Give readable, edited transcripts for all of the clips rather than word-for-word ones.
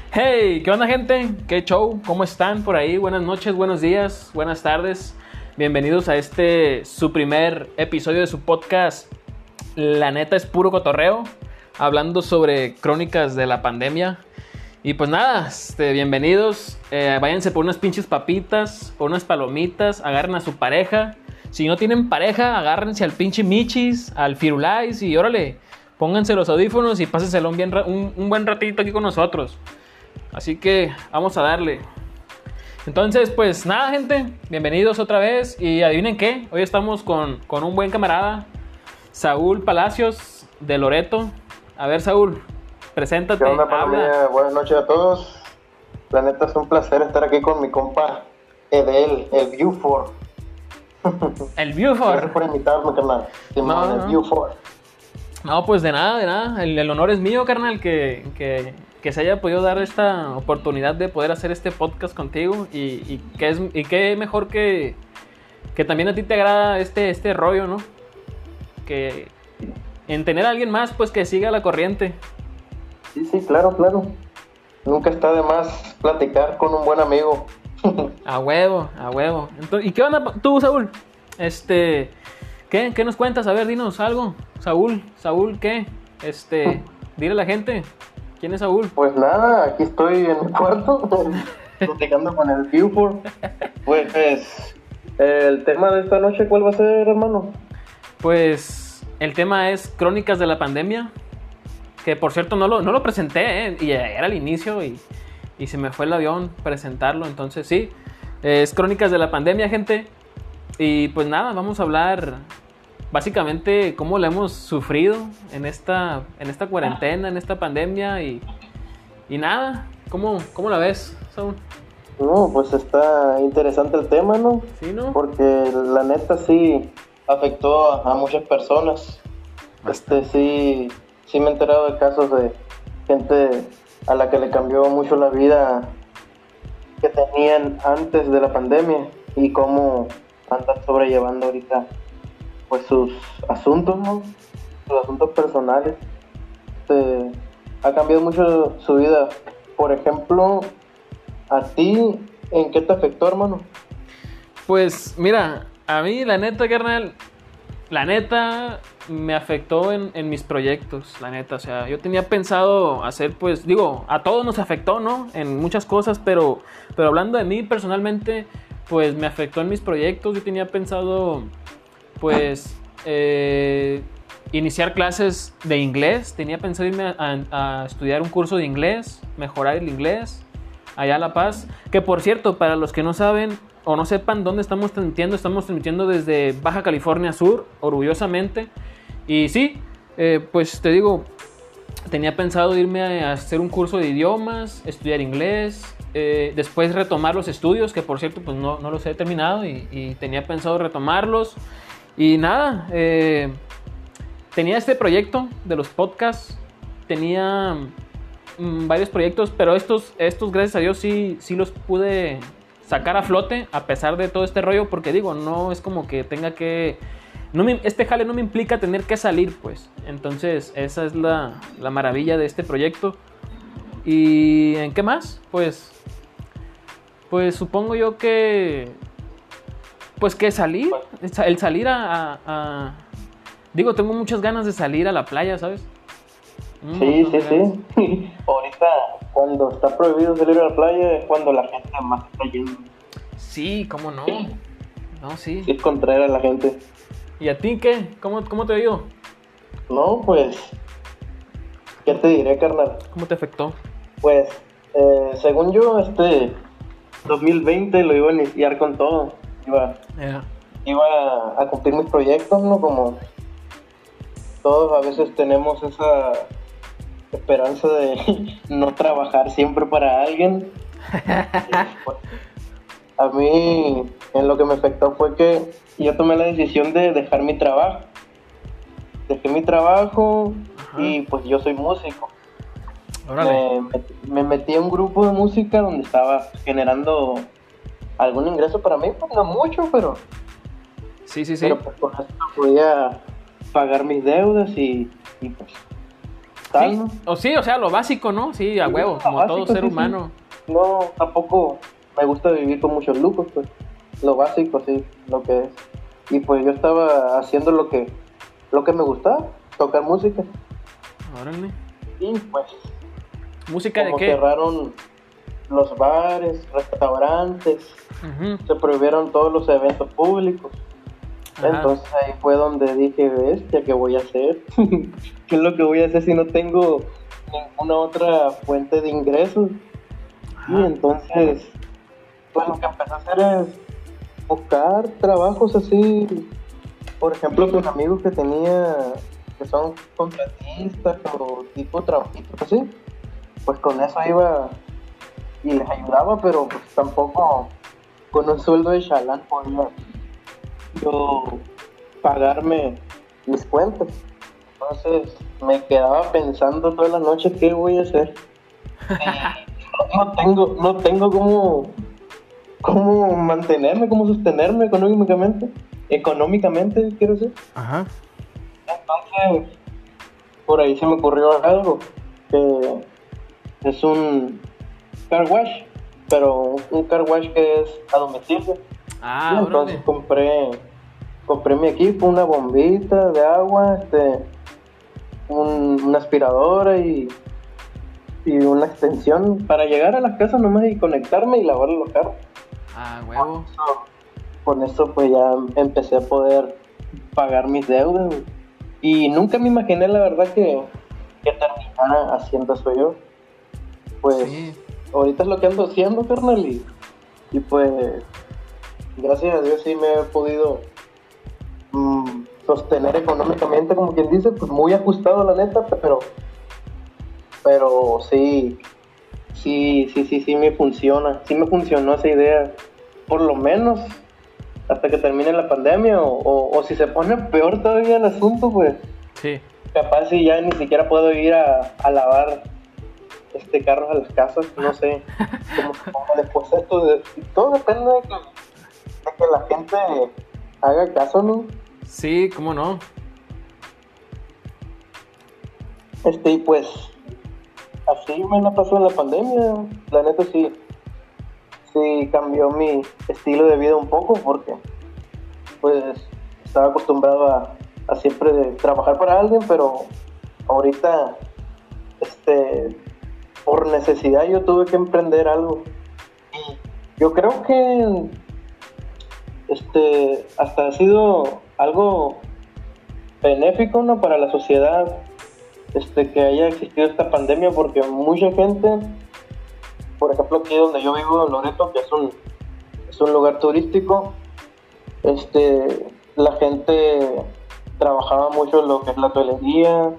Hey, ¿qué onda, gente? ¿Qué show? ¿Cómo están por ahí? Buenas noches, buenos días, buenas tardes. Bienvenidos a su primer episodio de su podcast. La neta es puro cotorreo, hablando sobre crónicas de la pandemia. Y pues nada, bienvenidos. Váyanse por unas pinches papitas, por unas palomitas, agarren a su pareja. Si no tienen pareja, agárrense al pinche Michis, al Firulais y órale, pónganse los audífonos y pásenselo un buen ratito aquí con nosotros. Así que vamos a darle. Entonces, pues nada, gente, bienvenidos otra vez. Y adivinen qué, hoy estamos con un buen camarada, Saúl Palacios de Loreto. A ver, Saúl, preséntate. ¿Qué onda, familia? Buenas noches a todos. La neta es un placer estar aquí con mi compa Edel, el Viewford. El Viewford. Gracias por invitarme, carnal. El Viewford. No, pues de nada. El honor es mío, carnal, que se haya podido dar esta oportunidad de poder hacer este podcast contigo. Y qué mejor que también a ti te agrada este rollo, ¿no? Que en tener a alguien más, pues que siga la corriente. Sí, claro. Nunca está de más platicar con un buen amigo. A huevo. Entonces, ¿y qué onda tú, Saúl? ¿Qué nos cuentas? A ver, dinos algo. Saúl, ¿qué? Dile a la gente, ¿quién es Saúl? Pues nada, aquí estoy en mi cuarto, platicando con el Viewford. Pues, el tema de esta noche, ¿cuál va a ser, hermano? Pues, el tema es Crónicas de la Pandemia, que por cierto no lo presenté, y era el inicio y se me fue el avión presentarlo, entonces sí, es Crónicas de la Pandemia, gente. Y pues nada, vamos a hablar básicamente cómo la hemos sufrido en esta cuarentena, en esta pandemia y nada, ¿cómo la ves, Saúl? No, pues está interesante el tema, ¿no? Sí, ¿no? Porque la neta sí afectó a muchas personas. Sí me he enterado de casos de gente a la que le cambió mucho la vida que tenían antes de la pandemia y cómo andan sobrellevando ahorita pues sus asuntos, ¿no? Sus asuntos personales. Ha cambiado mucho su vida. Por ejemplo, ¿a ti en qué te afectó, hermano? Pues mira, a mí la neta, carnal, me afectó en mis proyectos, la neta. O sea, yo tenía pensado hacer, pues, digo, a todos nos afectó, ¿no? En muchas cosas, pero hablando de mí personalmente, pues me afectó en mis proyectos. Yo tenía pensado, pues, iniciar clases de inglés. Tenía pensado irme a estudiar un curso de inglés, mejorar el inglés allá a La Paz. Que por cierto, para los que no saben o no sepan dónde estamos transmitiendo desde Baja California Sur, orgullosamente. Y sí, pues te digo, tenía pensado irme a hacer un curso de idiomas, estudiar inglés, después retomar los estudios, que por cierto pues no los he terminado y tenía pensado retomarlos. Y nada, tenía este proyecto de los podcasts, tenía varios proyectos, pero estos gracias a Dios sí los pude sacar a flote a pesar de todo este rollo, porque digo, no es como que tenga que... este jale no me implica tener que salir, pues. Entonces esa es la maravilla de este proyecto. ¿Y en qué más? Pues supongo yo que... Pues que salir, el salir digo, tengo muchas ganas de salir a la playa, ¿sabes? Sí. Ahorita, cuando está prohibido salir a la playa, es cuando la gente más está yendo. Sí, ¿cómo no? No, sí. Sí, es contraer a la gente. ¿Y a ti qué? ¿Cómo te ha ido? No, pues, ¿qué te diré, carnal? ¿Cómo te afectó? Pues, según yo, 2020 lo iba a iniciar con todo. Iba a cumplir mis proyectos, ¿no? Como todos a veces tenemos esa esperanza de no trabajar siempre para alguien. Pues, a mí, en lo que me afectó fue que yo tomé la decisión de dejar mi trabajo. Dejé mi trabajo. Ajá. Y pues yo soy músico. Órale. Me metí a un grupo de música donde estaba generando algún ingreso para mí, pues no mucho, pero... Sí. Pero pues con esto podía pagar mis deudas y pues... tal, Sí, ¿no? o sea, lo básico, ¿no? Sí, a huevo, Lo como básico, todo ser sí, sí. humano. No, tampoco me gusta vivir con muchos lujos, pues. Lo básico, sí, lo que es. Y pues yo estaba haciendo lo que me gustaba, tocar música. Órale. Y pues, ¿Música de como qué? cerraron los bares, restaurantes, Ujú. se prohibieron todos los eventos públicos. Ajá. Entonces ahí fue donde dije, bestia, ¿qué voy a hacer? ¿Qué es lo que voy a hacer si no tengo ninguna otra fuente de ingresos? Y Ajá. entonces, pues lo que empecé a hacer es buscar trabajos así, por ejemplo, con amigos que tenía, que son contratistas o tipo trabajitos así, pues con eso iba y les ayudaba, pero pues tampoco con un sueldo de chalán podía yo pagarme mis cuentas. Entonces me quedaba pensando todas las noches qué voy a hacer. No tengo cómo mantenerme, cómo sostenerme económicamente quiero decir. Ajá. Entonces por ahí se me ocurrió algo que es un car wash, pero un car wash que es a domicilio. Y Ah, entonces órale. compré mi equipo, una bombita de agua, una aspiradora y una extensión para llegar a las casas nomás y conectarme y lavar los carros. Ah, huevo. Con eso pues ya empecé a poder pagar mis deudas, güey. Y nunca me imaginé la verdad que terminara haciendo eso yo. Pues Sí. ahorita es lo que ando haciendo, carnal, y pues gracias a Dios sí me he podido sostener económicamente, como quien dice, pues muy ajustado la neta, pero sí me funcionó esa idea, por lo menos hasta que termine la pandemia, o si se pone peor todavía el asunto, pues Sí. capaz si ya ni siquiera puedo ir a lavar carros a las casas, no sé cómo se ponga después esto, todo depende de que la gente haga caso, ¿no? Sí, cómo no. Y pues así me la pasó en la pandemia, la neta sí cambió mi estilo de vida un poco porque pues estaba acostumbrado a siempre de trabajar para alguien, pero ahorita por necesidad yo tuve que emprender algo. Y yo creo que hasta ha sido algo benéfico, ¿no?, para la sociedad, que haya existido esta pandemia, porque mucha gente, por ejemplo aquí donde yo vivo, en Loreto, que es un lugar turístico, la gente trabajaba mucho en lo que es la hotelería,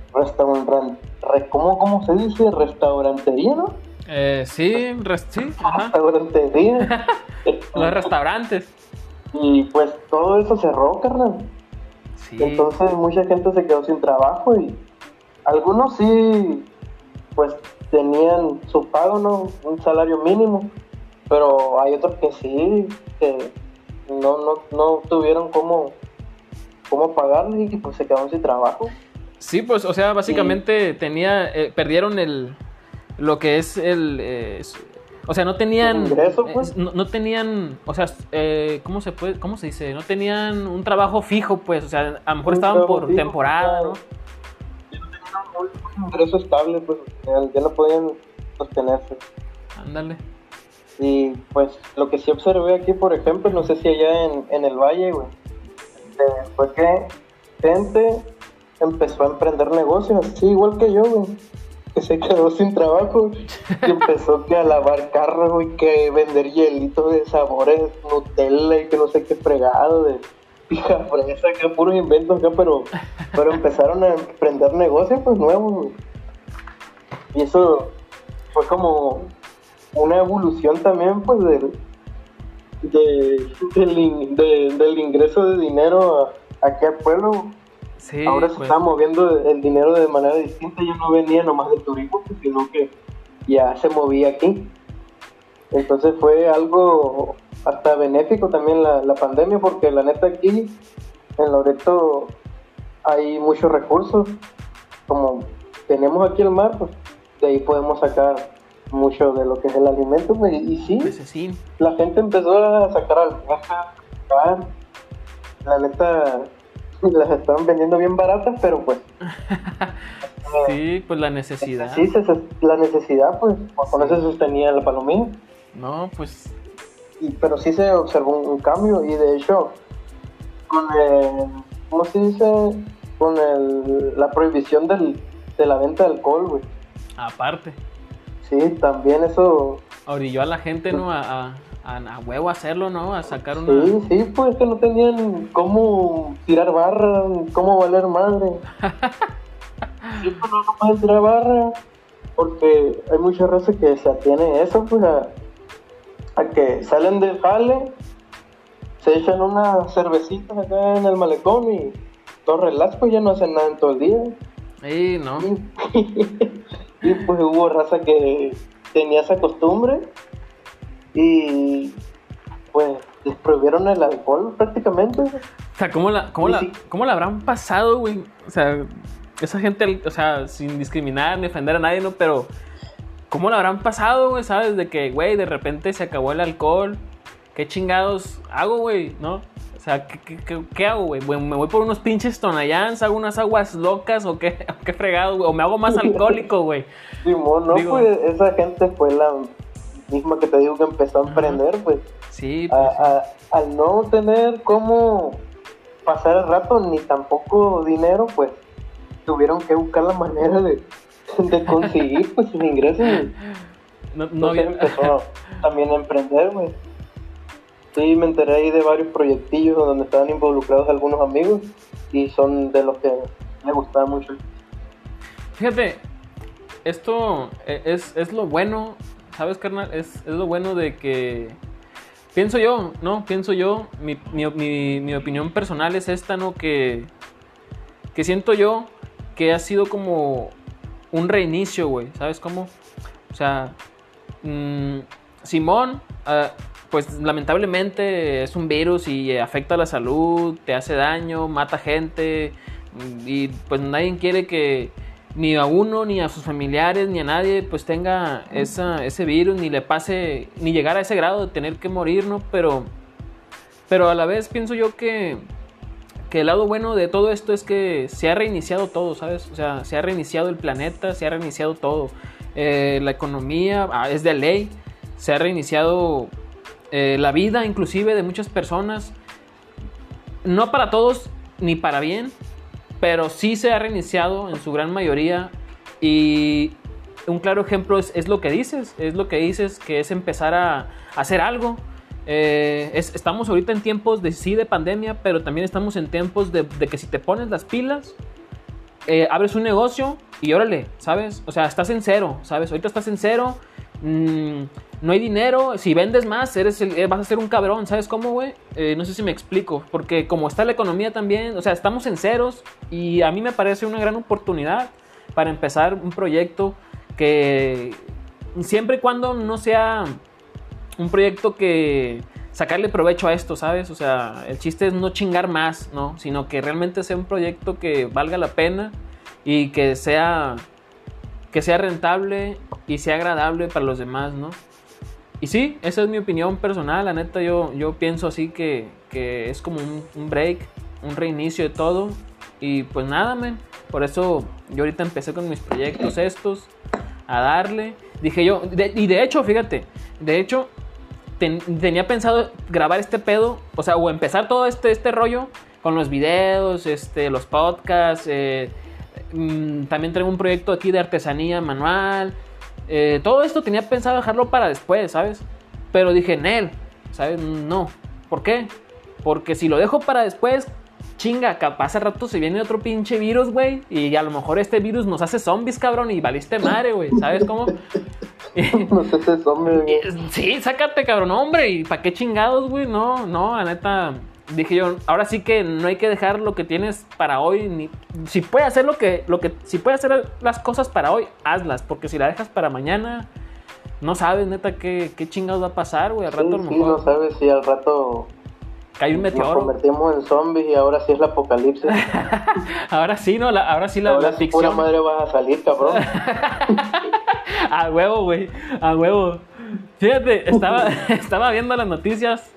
¿cómo se dice? Restaurantería, ¿no? Sí, sí, ajá. Restaurantería. Los restaurantes. Y pues todo eso cerró, carnal. Sí. Entonces mucha gente se quedó sin trabajo y algunos sí, pues tenían su pago, ¿no? Un salario mínimo, pero hay otros que sí, que no tuvieron cómo pagarle y pues se quedaron sin trabajo. Sí, pues, o sea, básicamente perdieron lo que es o sea, no tenían, ingreso, pues. no tenían, o sea, cómo se dice? No tenían un trabajo fijo, pues, o sea, a lo mejor estaban por temporada, ¿no? Ya no tenían un ingreso estable, pues, ya no podían sostenerse. Ándale. Y pues lo que sí observé aquí, por ejemplo, no sé si allá en el valle, güey, fue que gente empezó a emprender negocios, así igual que yo, güey, que se quedó sin trabajo y empezó que a lavar carros, güey, que vender hielitos de sabores, Nutella y que no sé qué fregado, de pija fresa, que puros inventos acá, pero empezaron a emprender negocios pues nuevos, güey. Y eso fue como una evolución también, pues, del ingreso de dinero aquí al pueblo. Sí, Ahora se pues. está moviendo el dinero de manera distinta, ya no venía nomás del turismo, sino que ya se movía aquí. Entonces fue algo hasta benéfico también la pandemia, porque la neta aquí en Loreto hay muchos recursos, como tenemos aquí el mar, pues de ahí podemos sacar mucho de lo que es el alimento, pues, y sí, Pues sí. la gente empezó a sacar alpaca, la neta, las estaban vendiendo bien baratas, pero pues... Sí, pues la necesidad. Sí, la necesidad, pues, con eso se sostenía la palomilla. No, pues... Pero sí se observó un cambio, y de hecho, con el... ¿Cómo se dice? Con la prohibición de la venta de alcohol, güey. Aparte. Sí, también eso... Orilló a la gente, ¿no? A huevo hacerlo, ¿no? A sacar una... Sí, pues que no tenían cómo tirar barra, cómo valer madre. Sí, pues no pueden tirar barra, porque hay mucha raza que se atiene a eso, pues a que salen del jale, se echan unas cervecitas acá en el malecón y todo relax, pues ya no hacen nada en todo el día. No. Y pues hubo raza que tenía esa costumbre y pues les prohibieron el alcohol prácticamente. O sea, ¿cómo la habrán pasado, güey? O sea, esa gente, o sea, sin discriminar ni ofender a nadie, ¿no? Pero, ¿cómo la habrán pasado, güey? ¿Sabes? De que, güey, de repente se acabó el alcohol. ¿Qué chingados hago, güey? ¿No? O sea, ¿qué hago, güey? ¿Me voy por unos pinches Tonayans, hago unas aguas locas o qué fregado, güey? ¿O me hago más alcohólico, güey? Simón, no, digo, pues esa gente fue la misma que te digo que empezó a emprender, pues. Sí, pues. Al no tener cómo pasar el rato ni tampoco dinero, pues tuvieron que buscar la manera de conseguir pues sus ingresos. Entonces empezó también a emprender, güey. Sí, me enteré ahí de varios proyectillos donde estaban involucrados algunos amigos y son de los que me gustaba mucho. Fíjate, esto es lo bueno, ¿sabes, carnal? Es lo bueno de que... Pienso yo, mi opinión personal es esta, ¿no? Que siento yo que ha sido como un reinicio, güey, ¿sabes cómo? O sea, Simón, pues lamentablemente es un virus y afecta a la salud, te hace daño, mata gente y pues nadie quiere que ni a uno, ni a sus familiares, ni a nadie pues tenga ese virus, ni le pase, ni llegar a ese grado de tener que morir, ¿no? Pero a la vez pienso yo que el lado bueno de todo esto es que se ha reiniciado todo, ¿sabes? O sea, se ha reiniciado el planeta, se ha reiniciado todo. La economía es de ley, se ha reiniciado la vida inclusive de muchas personas. No para todos ni para bien, pero sí se ha reiniciado en su gran mayoría. Y un claro ejemplo es lo que dices, que es empezar a hacer algo. Estamos ahorita en tiempos de pandemia, pero también estamos en tiempos de que si te pones las pilas, abres un negocio y órale, ¿sabes? O sea, estás en cero, ¿sabes? Ahorita estás en cero, no hay dinero, si vendes más vas a ser un cabrón, ¿sabes cómo, güey? No sé si me explico, porque como está la economía también, o sea, estamos en ceros y a mí me parece una gran oportunidad para empezar un proyecto que siempre y cuando no sea un proyecto que sacarle provecho a esto, ¿sabes? O sea, el chiste es no chingar más, ¿no? Sino que realmente sea un proyecto que valga la pena y que sea rentable y sea agradable para los demás, ¿no? Y sí, esa es mi opinión personal, la neta yo pienso así que es como un break, un reinicio de todo. Y pues nada, men, por eso yo ahorita empecé con mis proyectos estos, a darle. Dije yo, y de hecho, fíjate, tenía pensado grabar este pedo, o sea, o empezar todo este rollo con los videos, los podcasts, también traigo un proyecto aquí de artesanía manual, todo esto tenía pensado dejarlo para después, ¿sabes? Pero dije, Nel, ¿sabes? No, ¿por qué? Porque si lo dejo para después, chinga, capaz al rato se viene otro pinche virus, güey, y a lo mejor este virus nos hace zombies, cabrón, y valiste madre, güey, ¿sabes cómo? No sé si es hombre. Sí, sácate, cabrón, hombre. ¿Y para qué chingados, güey? No, la neta. Dije yo, ahora sí que no hay que dejar lo que tienes para hoy. Si puedes hacer si puedes hacer las cosas para hoy, hazlas. Porque si la dejas para mañana, no sabes, neta, qué chingados va a pasar, güey. Al rato a lo mejor. Sí, no sabes si al rato Cae un Nos meteoro. convertimos en zombies y ahora sí es el apocalipsis. Ahora sí, ¿no? Ahora sí la Ahora sí pura ficción. madre vas a salir, cabrón. A huevo, güey. A huevo. Fíjate, estaba viendo las noticias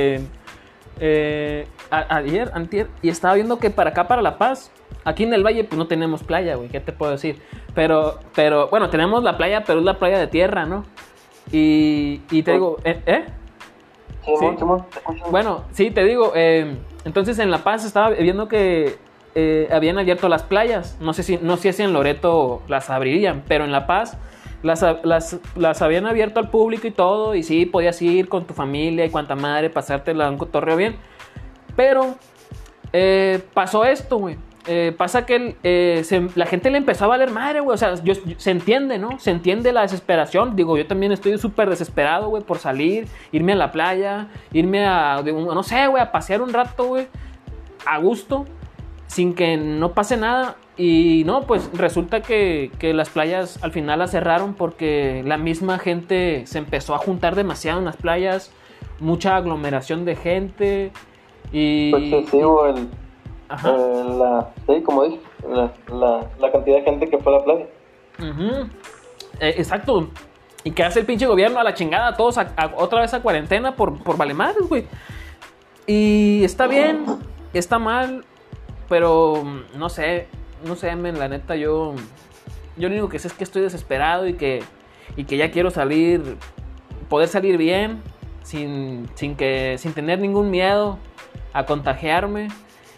ayer, antier, y estaba viendo que para acá, para La Paz, aquí en el Valle, pues no tenemos playa, güey. ¿Qué te puedo decir? Pero, bueno, tenemos la playa, pero es la playa de tierra, ¿no? Y te digo, ¿eh? Sí, Sí. te escucho. Bueno, sí, te digo, entonces en La Paz estaba viendo que habían abierto las playas. No sé si en Loreto las abrirían, pero en La Paz las habían abierto al público y todo. Y sí, podías ir con tu familia y cuanta madre, pasártela un cotorreo bien. Pero pasó esto, güey. Pasa que la gente le empezó a valer madre, güey. O sea, se entiende, ¿no? Se entiende la desesperación. Digo, yo también estoy súper desesperado, güey, por salir, irme a la playa, irme no sé, güey, a pasear un rato, güey, a gusto, sin que no pase nada. Y no, pues resulta que las playas al final las cerraron porque la misma gente se empezó a juntar demasiado en las playas, mucha aglomeración de gente. Y Fue excesivo ajá. sí, como dije, la cantidad de gente que fue a la playa. Uh-huh. Exacto. ¿Y qué hace el pinche gobierno? A la chingada, todos otra vez a cuarentena por valemadres, güey. Y está bien, está mal, pero no sé, men, la neta, yo lo único que sé es que estoy desesperado y que ya quiero poder salir bien, sin tener ningún miedo a contagiarme.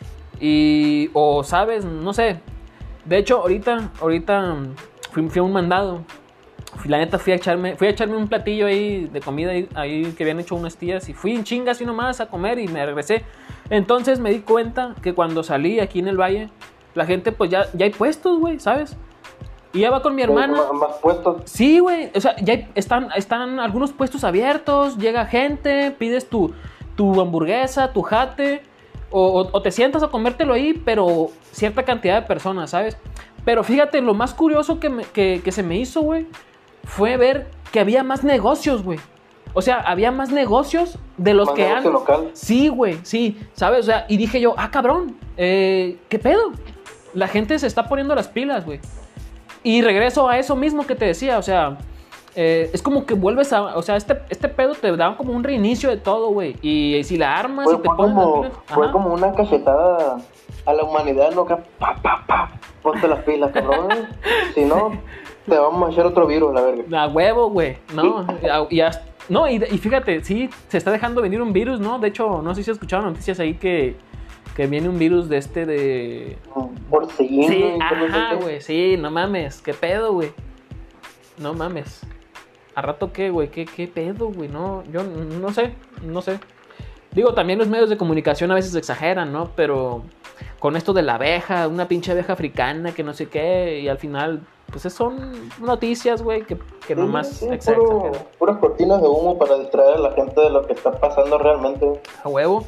O sabes, no sé. De hecho, ahorita fui a un mandado. La neta fui a echarme un platillo ahí de comida ahí que habían hecho unas tías. Y fui en chinga así nomás a comer y me regresé. Entonces me di cuenta que cuando salí aquí en el Valle, la gente pues ya hay puestos, güey, ¿sabes? Y ya va con mi hermana. Más puestos. Sí, güey. O sea, ya están algunos puestos abiertos. Llega gente, pides tu hamburguesa, tu jate. O te sientas a comértelo ahí, pero cierta cantidad de personas, ¿sabes? Pero fíjate, lo más curioso que se me hizo, güey, fue ver que había más negocios, güey. O sea, había más negocios de los que han... local. Sí, güey, sí, ¿sabes? O sea, y dije yo, cabrón, ¿qué pedo? La gente se está poniendo las pilas, güey. Y regreso a eso mismo que te decía, o sea... es como que vuelves a... O sea, este pedo te da como un reinicio de todo, güey. Y si la armas y te pones las pilas... Fue como una cachetada a la humanidad, ¿no? Que ponte las pilas, cabrón. Si no, te vamos a echar otro virus, la verga. A huevo, güey. No, y fíjate, sí, se está dejando venir un virus, ¿no? De hecho, no sé si has escuchado noticias ahí que viene un virus de... Porcino. Sí, ajá, güey, sí, no mames. ¿Qué pedo, güey? No mames. ¿A rato qué, güey? ¿Qué pedo, güey? No, yo no sé. Digo, también los medios de comunicación a veces exageran, ¿no? Pero con esto de la abeja, una pinche abeja africana que no sé qué, y al final, pues son noticias, güey, que nomás exageran. Puras cortinas de humo para distraer a la gente de lo que está pasando realmente. A huevo.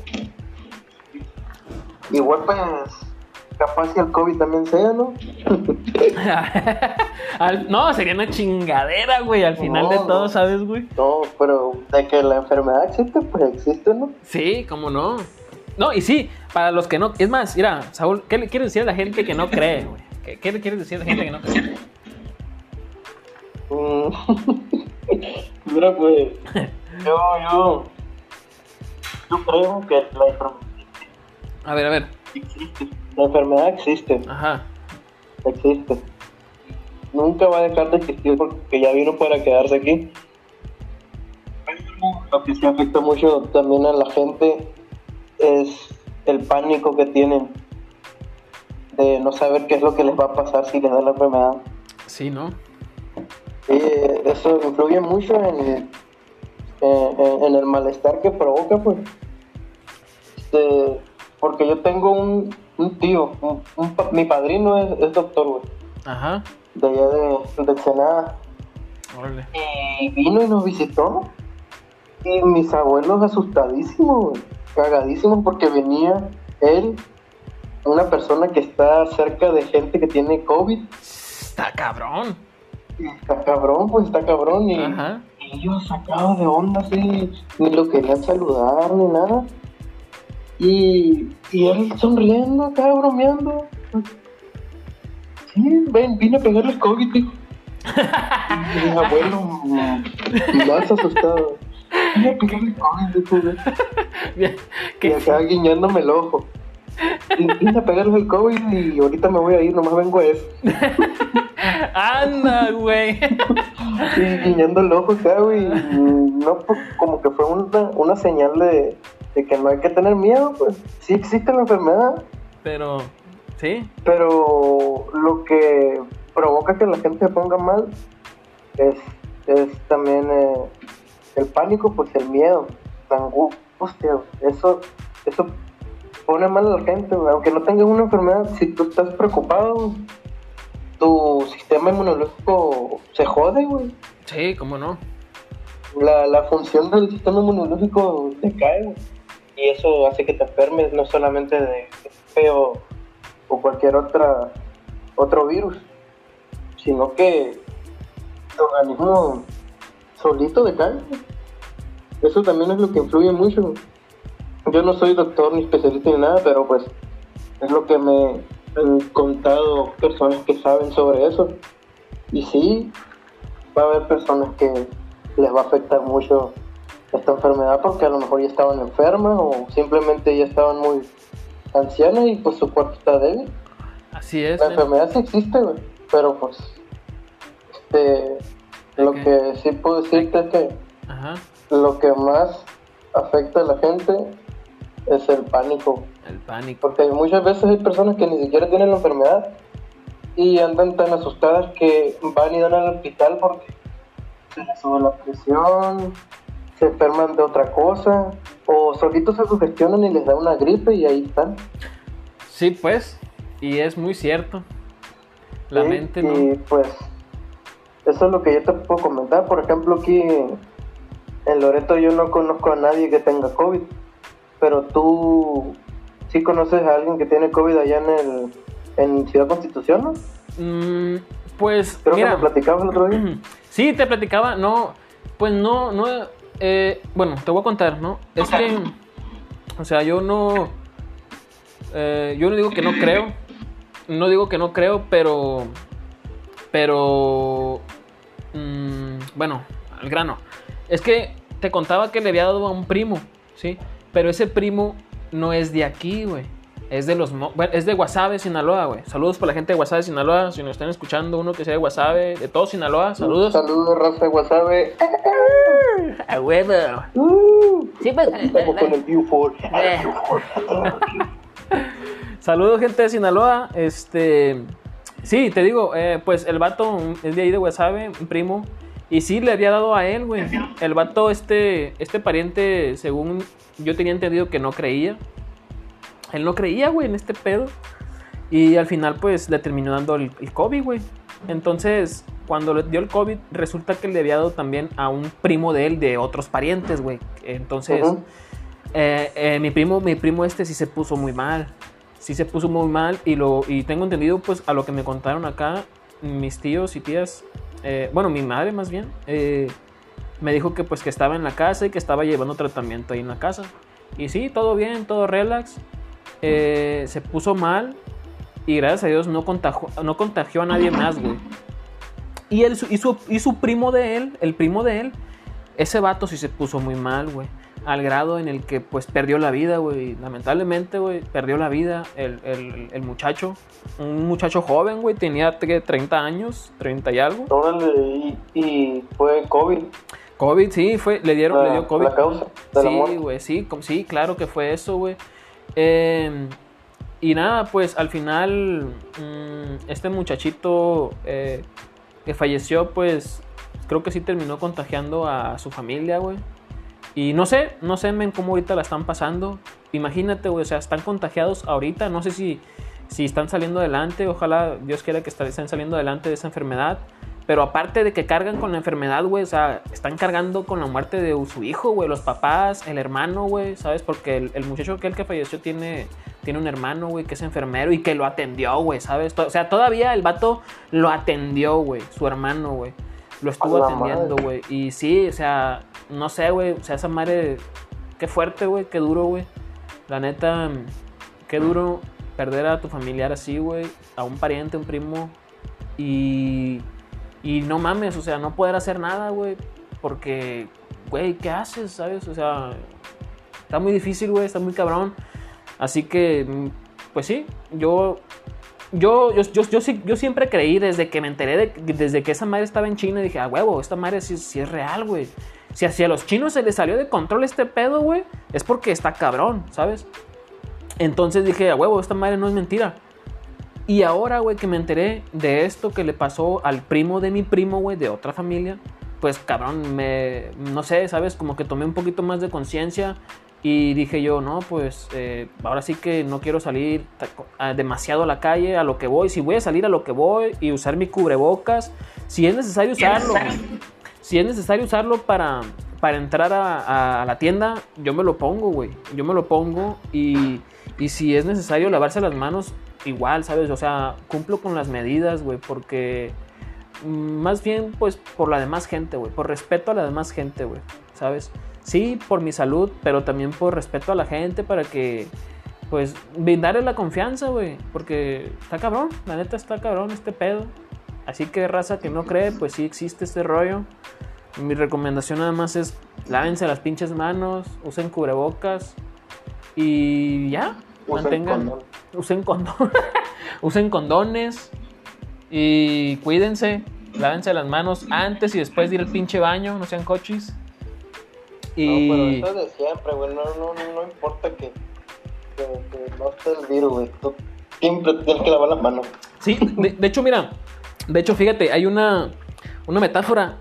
Igual, pues, capaz que el COVID también sea, ¿no? No, sería una chingadera, güey, al final de todo, ¿sabes, güey? No, pero de que la enfermedad existe, pues existe, ¿no? Sí, cómo no. No, y sí, para los que no... Es más, mira, Saúl, ¿qué le quieres decir a la gente que no cree, güey? ¿Qué le quieres decir a la gente que no cree? Mira, pues, yo creo que la enfermedad A ver. existe. La enfermedad existe. Ajá. Existe. Nunca va a dejar de existir porque ya vino para quedarse aquí. Lo que sí afecta mucho también a la gente es el pánico que tienen de no saber qué es lo que les va a pasar si les da la enfermedad. Sí, ¿no? Eso influye mucho en el malestar que provoca, pues. Porque yo tengo un tío, mi padrino es doctor, güey. Ajá. De allá de Ensenada. Órale. Y vino y nos visitó. Y mis abuelos asustadísimos, güey, cagadísimos, porque venía él, una persona que está cerca de gente que tiene COVID. Está cabrón. Y está cabrón. Y Ajá. ellos sacados de onda, así, ni lo querían saludar ni nada. Y él sonriendo acá, bromeando. Sí, vine a pegarle el COVID, dijo. Y mi abuelo más asustado. Vine a pegarle el COVID, dijo, güey. Y acá guiñándome el ojo. Vine a pegarle el COVID y ahorita me voy a ir, nomás vengo a eso. Anda, güey. Y guiñando el ojo acá, güey. No, pues, como que fue una señal de que no hay que tener miedo, pues. Sí existe la enfermedad. Pero, sí. Pero lo que provoca que la gente se ponga mal es también el pánico, pues el miedo, la angustia. Eso pone mal a la gente, güey. Aunque no tengas una enfermedad, si tú estás preocupado, tu sistema inmunológico se jode, güey. Sí, cómo no. La función del sistema inmunológico decae, güey. Y eso hace que te enfermes no solamente de feo o cualquier otro virus, sino que tu organismo solito decae. Eso también es lo que influye mucho. Yo no soy doctor ni especialista ni nada, pero pues es lo que me han contado personas que saben sobre eso. Y sí, va a haber personas que les va a afectar mucho esta enfermedad porque a lo mejor ya estaban enfermas o simplemente ya estaban muy ancianas y pues su cuerpo está débil. Así es. La enfermedad sí existe, güey, pero pues lo que sí puedo decirte es que lo que más afecta a la gente es el pánico. El pánico. Porque muchas veces hay personas que ni siquiera tienen la enfermedad y andan tan asustadas que van y dan al hospital porque se les sube la presión, se enferman de otra cosa, o solitos se sugestionan y les da una gripe y ahí están. Sí, pues, y es muy cierto. La mente no. Y pues, eso es lo que yo te puedo comentar. Por ejemplo, aquí en Loreto yo no conozco a nadie que tenga COVID, pero tú sí conoces a alguien que tiene COVID allá en Ciudad Constitución, ¿no? Pues, creo mira, que me platicabas el otro día. Sí, te platicaba, no, pues no, bueno, te voy a contar, ¿no? Es que, o sea, yo no digo que no creo, pero, bueno, al grano. Es que te contaba que le había dado a un primo, ¿sí? Pero ese primo no es de aquí, güey. Es de Guasave, Sinaloa, güey. Saludos para la gente de Guasave, Sinaloa. Si nos están escuchando, uno que sea de Guasave, de todo Sinaloa, saludos. Saludos, raza de Guasave. A huevo. Sí, pues. Estamos con el Buford. Saludos, gente de Sinaloa. Sí, te digo, pues el vato es de ahí de Guasave, un primo. Y sí, le había dado a él, güey. El vato, este pariente, según yo tenía entendido que no creía. Él no creía, güey, en este pedo. Y al final, pues, le terminó dando el COVID, güey. Entonces, cuando le dio el COVID, resulta que le había dado también a un primo de él, de otros parientes, güey. Entonces, mi primo sí se puso muy mal. Sí se puso muy mal. Y tengo entendido, pues, a lo que me contaron acá, mis tíos y tías, bueno, mi madre más bien, me dijo que, pues, que estaba en la casa y que estaba llevando tratamiento ahí en la casa. Y sí, todo bien, todo relax. Se puso mal y gracias a Dios no contagió a nadie más, güey. Y su primo de él, el primo de él, ese vato sí se puso muy mal, güey. Al grado en el que pues perdió la vida, güey. Lamentablemente, güey, perdió la vida el muchacho. Un muchacho joven, güey, tenía 30 años, 30 y algo. Órale, y fue COVID. COVID, sí, le dio COVID. La causa de la muerte. Sí, güey, sí, claro que fue eso, güey. Y nada, pues al final este muchachito que falleció, pues creo que sí terminó contagiando a su familia, güey. Y no sé, men, cómo ahorita la están pasando. Imagínate, güey, o sea, están contagiados ahorita. No sé si están saliendo adelante. Ojalá Dios quiera que estén saliendo adelante de esa enfermedad. Pero aparte de que cargan con la enfermedad, güey, o sea, están cargando con la muerte de su hijo, güey, los papás, el hermano, güey, ¿sabes? Porque el muchacho que falleció tiene un hermano, güey, que es enfermero y que lo atendió, güey, ¿sabes? O sea, todavía el vato lo atendió, güey, su hermano, güey. Lo estuvo atendiendo, güey. Y sí, o sea, no sé, güey, o sea, esa madre, qué fuerte, güey, qué duro, güey. La neta, qué duro perder a tu familiar así, güey, a un pariente, un primo, y no mames, o sea, no poder hacer nada, güey, porque, güey, ¿qué haces, sabes? O sea, está muy difícil, güey, está muy cabrón, así que, pues sí, yo siempre creí desde que me enteré, desde que esa madre estaba en China, dije, huevo, esta madre sí es real, güey. Si a los chinos se les salió de control este pedo, güey, es porque está cabrón, ¿sabes? Entonces dije, huevo, esta madre no es mentira. Y ahora, güey, que me enteré de esto que le pasó al primo de mi primo, güey, de otra familia, pues cabrón, no sé, ¿sabes? Como que tomé un poquito más de conciencia y dije yo, no, pues ahora sí que no quiero salir demasiado a la calle, a lo que voy. Si voy a salir a lo que voy y usar mi cubrebocas, si es necesario usarlo, para entrar a la tienda, yo me lo pongo, güey. Yo me lo pongo y si es necesario lavarse las manos, igual, ¿sabes? O sea, cumplo con las medidas, güey, porque más bien, pues, por la demás gente, güey. Por respeto a la demás gente, güey, ¿sabes? Sí, por mi salud, pero también por respeto a la gente para que, pues, brindarle la confianza, güey. Porque está cabrón, la neta está cabrón este pedo. Así que raza que no cree, pues sí existe este rollo. Mi recomendación nada más es lávense las pinches manos, usen cubrebocas y ya, usen condones y cuídense, lávense las manos antes y después de ir al pinche baño, no sean cochis. No, pero eso es de siempre, güey, no importa que no esté el virus, güey, tú siempre tienes que lavar las manos. Sí, de hecho, mira, fíjate, hay una metáfora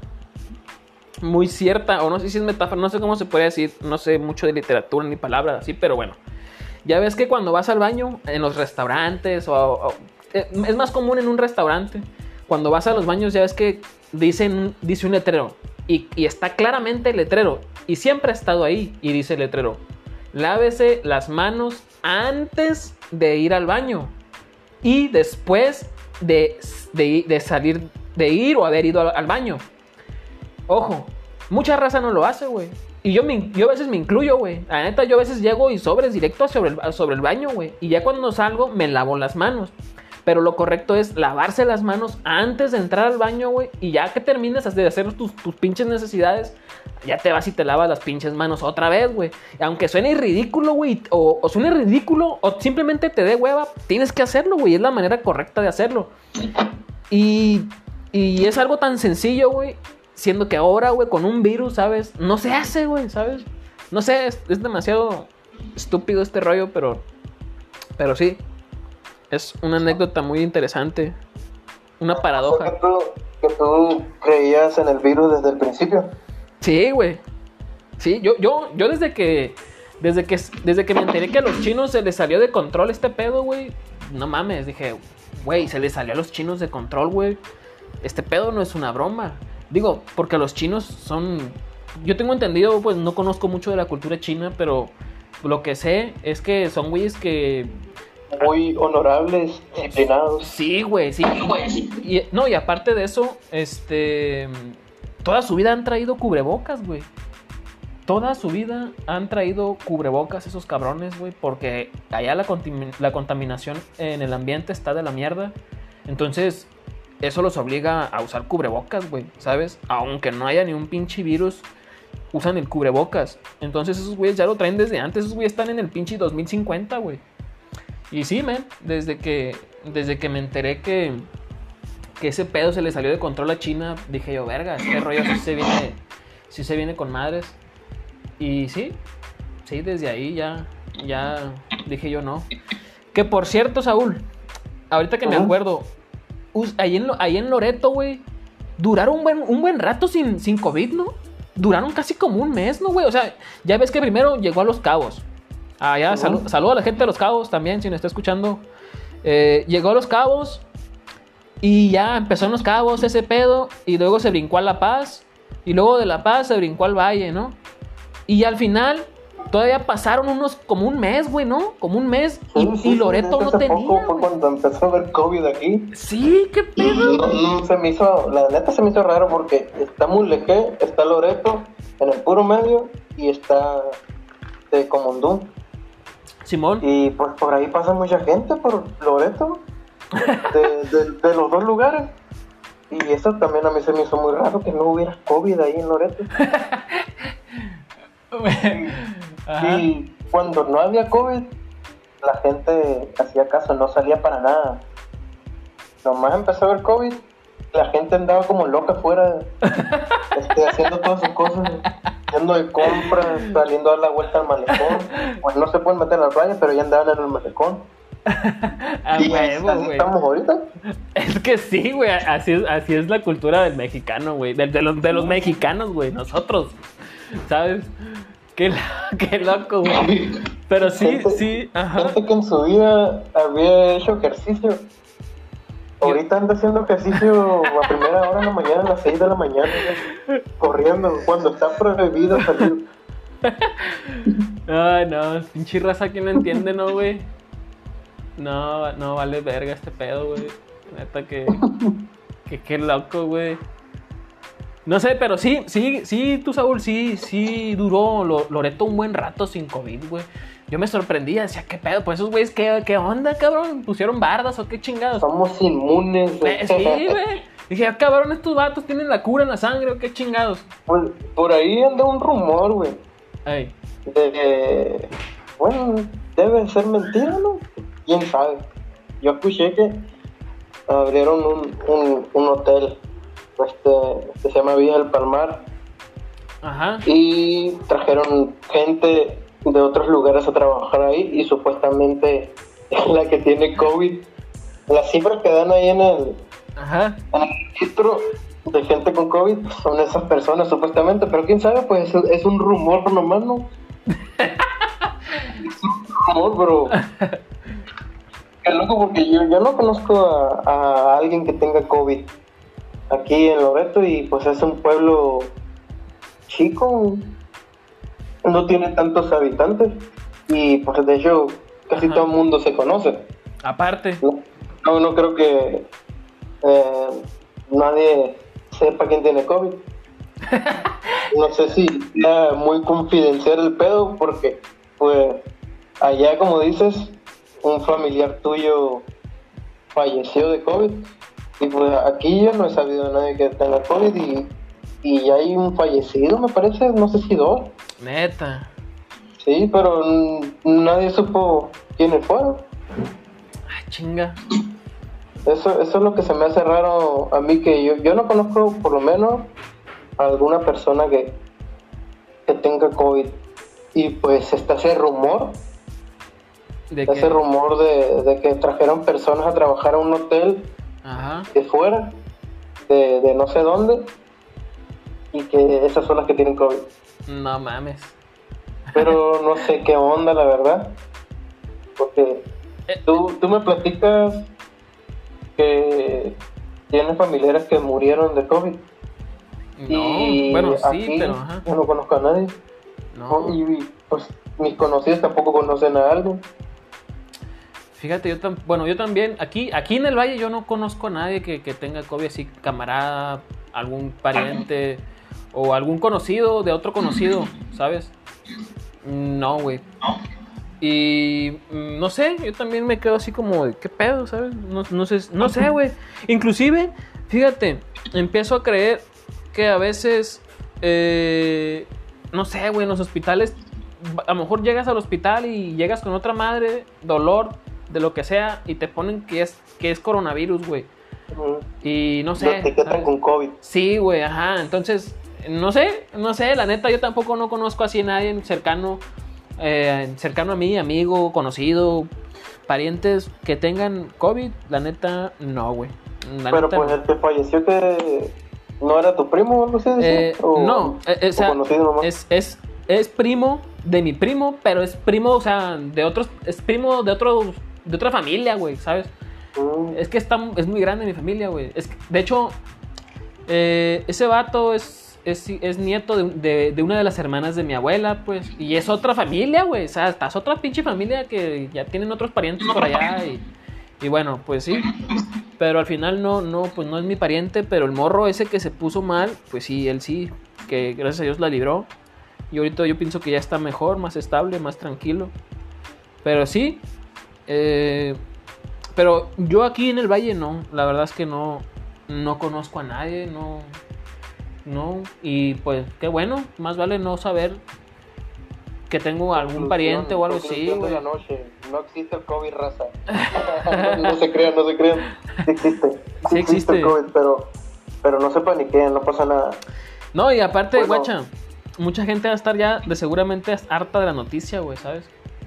muy cierta, o no sé si es metáfora, no sé cómo se puede decir, no sé mucho de literatura ni palabras así, pero bueno, ya ves que cuando vas al baño en los restaurantes es más común en un restaurante, cuando vas a los baños ya ves que dice un letrero y está claramente el letrero y siempre ha estado ahí y dice el letrero, lávese las manos antes de ir al baño y después de salir, de ir o haber ido al baño. Ojo, mucha raza no lo hace, güey. Y yo a veces me incluyo, güey. La neta, yo a veces llego y sobres directo sobre el baño, güey. Y ya cuando salgo, me lavo las manos. Pero lo correcto es lavarse las manos antes de entrar al baño, güey. Y ya que termines de hacer tus pinches necesidades, ya te vas y te lavas las pinches manos otra vez, güey. Aunque suene ridículo, güey, o suene ridículo, o simplemente te dé hueva, tienes que hacerlo, güey. Es la manera correcta de hacerlo. Y es algo tan sencillo, güey. Siendo que ahora, güey, con un virus, ¿sabes? No se hace, güey, ¿sabes? No sé, es demasiado estúpido este rollo, pero sí. Es una anécdota muy interesante. Una paradoja. ¿Que tú creías en el virus desde el principio? Sí, güey. Sí, yo desde que me enteré que a los chinos se les salió de control este pedo, güey. No mames, dije, güey, se les salió a los chinos de control, güey. Este pedo no es una broma. Digo, porque los chinos son... Yo tengo entendido, pues no conozco mucho de la cultura china, pero lo que sé es que son güeyes que... Muy honorables, disciplinados. Sí, güey, sí. Y aparte de eso, toda su vida han traído cubrebocas, güey. Toda su vida han traído cubrebocas esos cabrones, güey, porque allá la contaminación en el ambiente está de la mierda. Entonces... eso los obliga a usar cubrebocas, güey, ¿sabes? Aunque no haya ni un pinche virus, usan el cubrebocas. Entonces esos güeyes ya lo traen desde antes. Esos güeyes están en el pinche 2050, güey. Y sí, man, desde que me enteré que ese pedo se le salió de control a China, dije yo, verga, este rollo sí se viene con madres. Y sí, desde ahí ya dije yo no. Que por cierto, Saúl, ahorita que me acuerdo... ahí en Loreto, güey, duraron un buen rato sin COVID, ¿no? Duraron casi como un mes, ¿no, güey? O sea, ya ves que primero llegó a Los Cabos. Ya, saludo a la gente de Los Cabos también, si me está escuchando. Llegó a Los Cabos y ya empezó en Los Cabos ese pedo. Y luego se brincó a La Paz. Y luego de La Paz se brincó al Valle, ¿no? Y al final... todavía pasaron como un mes, güey, ¿no? Como un mes y Loreto no tenía. Poco fue cuando empezó a haber COVID aquí. Sí, qué pedo. La neta se me hizo raro porque está Mulegé, está Loreto en el puro medio y está Comondú. Simón. Y pues por ahí pasa mucha gente por Loreto, de los dos lugares. Y eso también a mí se me hizo muy raro, que no hubiera COVID ahí en Loreto. Y cuando no había COVID, la gente hacía caso, no salía para nada. Nomás empezó a haber COVID, la gente andaba como loca afuera, haciendo todas sus cosas, yendo de compras, saliendo a dar la vuelta al malecón. Pues no se pueden meter en la playa, pero ya andaban en el malecón. Y huevo, así güey. estamos ahorita. Es que sí, güey, así es la cultura del mexicano, güey, de los mexicanos, güey, nosotros, ¿sabes? Qué loco, güey. Pero sí, sí, ajá. Gente que en su vida había hecho ejercicio, ahorita anda haciendo ejercicio a primera hora de la mañana, a las 6 de la mañana, corriendo, cuando está prohibido salir. Ay, no, pinche raza que no entiende, ¿no, güey? No vale verga este pedo, güey. Neta que qué loco, güey. No sé, pero sí, tú, Saúl, sí duró Loreto un buen rato sin COVID, güey. Yo me sorprendía, decía, ¿qué pedo? Pues esos güeyes, ¿qué onda, cabrón? ¿Pusieron bardas o qué chingados? Somos inmunes, güey. Sí, güey. Dije, cabrón, estos vatos tienen la cura en la sangre o qué chingados. Pues, por ahí anda un rumor, güey. Ay. Bueno, debe ser mentira, ¿no? ¿Quién sabe? Yo escuché que abrieron un hotel, que se llama Villa del Palmar. Ajá. Y trajeron gente de otros lugares a trabajar ahí y supuestamente es la que tiene COVID. Las cifras que dan ahí en el registro de gente con COVID son esas personas supuestamente, pero quién sabe, pues es un rumor nomás, ¿no? Es un rumor, bro. Qué loco, porque yo no conozco a alguien que tenga COVID aquí en Loreto y pues es un pueblo chico, no tiene tantos habitantes y pues de hecho casi todo el mundo se conoce. Aparte. No creo que nadie sepa quién tiene COVID. No sé si era muy confidencial el pedo porque pues allá, como dices, un familiar tuyo falleció de COVID y pues aquí yo no he sabido de nadie que tenga COVID y ya hay un fallecido, me parece, no sé si 2. Neta. Sí, pero nadie supo quiénes fueron. Ay, chinga. Eso es lo que se me hace raro a mí, que yo no conozco por lo menos a alguna persona que tenga COVID. Y pues está ese rumor. ¿De que trajeron personas a trabajar a un hotel de fuera, de no sé dónde, y que esas son las que tienen COVID. No mames. Pero no sé qué onda, la verdad. Porque tú me platicas que tienes familiares que murieron de COVID. No, y bueno, sí, aquí pero yo no conozco a nadie. No. Y pues mis conocidos tampoco conocen a alguien. Fíjate, yo también, aquí en el Valle yo no conozco a nadie que tenga COVID, así, camarada, algún pariente o algún conocido de otro conocido, ¿sabes? No, güey. Y no sé, yo también me quedo así como, ¿qué pedo, sabes? No sé, güey. Inclusive, fíjate, empiezo a creer que a veces, no sé, güey, en los hospitales, a lo mejor llegas al hospital y llegas con otra madre, dolor, de lo que sea, y te ponen que es coronavirus, güey. Y no sé. Te etiquetan con COVID. Sí, güey, ajá. Entonces, no sé, la neta, yo tampoco no conozco así a nadie cercano a mí, amigo, conocido, parientes que tengan COVID. La neta, no, güey. Pero pues el que falleció, que no era tu primo o algo así, no, o sea, es primo de mi primo, pero es primo, o sea, es primo de otra familia, güey, ¿sabes? Es que es muy grande mi familia, güey. De hecho, ese vato es nieto de una de las hermanas de mi abuela, pues. Y es otra familia, güey. O sea, es otra pinche familia que ya tienen otros parientes por allá. Y bueno, pues sí. Pero al final pues no es mi pariente. Pero el morro ese que se puso mal, pues sí, él sí. Que gracias a Dios la libró. Y ahorita yo pienso que ya está mejor, más estable, más tranquilo. Pero sí, pero yo aquí en el Valle no, la verdad es que no conozco a nadie, no, y pues qué bueno, más vale no saber que tengo algún pariente o algo así, güey. De la noche, no existe el COVID, raza. no se crean. Sí existe el COVID, pero no se paniqueen, no pasa nada. No, y aparte, guacha, mucha gente va a estar ya seguramente harta de la noticia, güey, ¿sabes?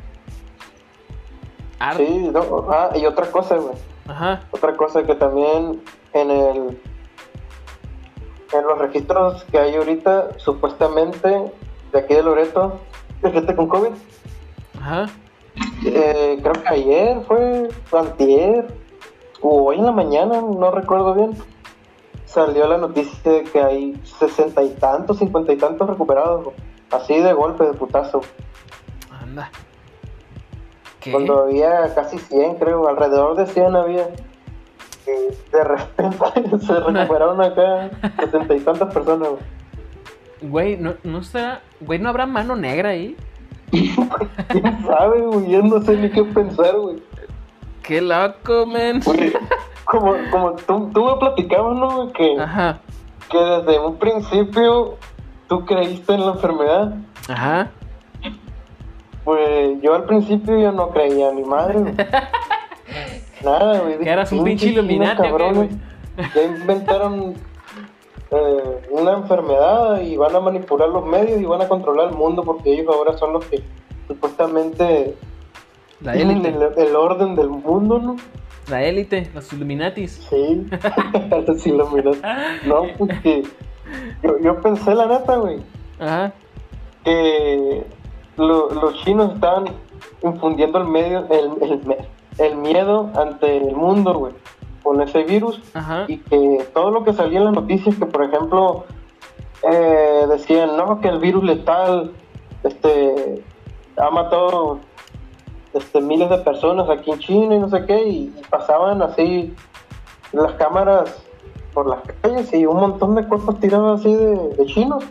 Sí, no, y otra cosa, güey. Ajá. Otra cosa que también en los registros que hay ahorita, supuestamente, de aquí de Loreto, de gente con COVID. Ajá. Creo que ayer fue, antier, o hoy en la mañana, no recuerdo bien, salió la noticia de que hay 60 y tantos, 50 y tantos recuperados, güey. Así de golpe, de putazo. Anda. ¿Qué? Cuando había casi 100, creo, alrededor de 100 había. De repente se recuperaron acá 70 y tantas personas, güey. Güey, ¿no habrá mano negra ahí? ¿Quién sabe, güey? Yo no sé ni qué pensar, güey. Qué loco, men. Como tú me platicabas, ¿no? Ajá. Que desde un principio tú creíste en la enfermedad. Ajá. Pues yo al principio yo no creía a mi madre, güey. Nada, güey. Que eras un pinche Illuminati, güey. Ya inventaron una enfermedad y van a manipular los medios y van a controlar el mundo porque ellos ahora son los que supuestamente la élite. Tienen el orden del mundo, ¿no? La élite, los Illuminatis. Sí, los Illuminatis. No, pues que yo pensé la neta, güey. Ajá. Que los chinos estaban infundiendo el miedo ante el mundo, güey, con ese virus. Ajá. Y que todo lo que salía en las noticias, que por ejemplo decían, no, que el virus letal ha matado miles de personas aquí en China y no sé qué, y pasaban así las cámaras por las calles y un montón de cuerpos tirados así de chinos.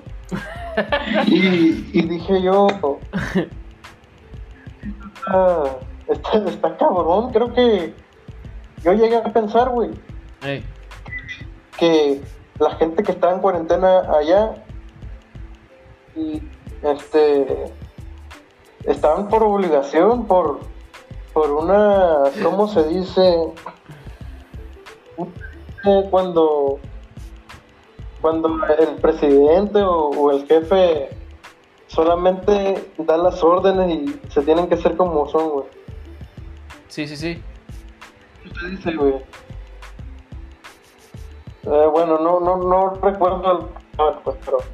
y dije yo, está cabrón. Creo que yo llegué a pensar, güey, que la gente que estaba en cuarentena allá y estaban por obligación, por una, ¿cómo se dice? Cuando el presidente o el jefe solamente da las órdenes y se tienen que hacer como son, güey. Sí. ¿Qué te dice, güey? Bueno, no recuerdo pues,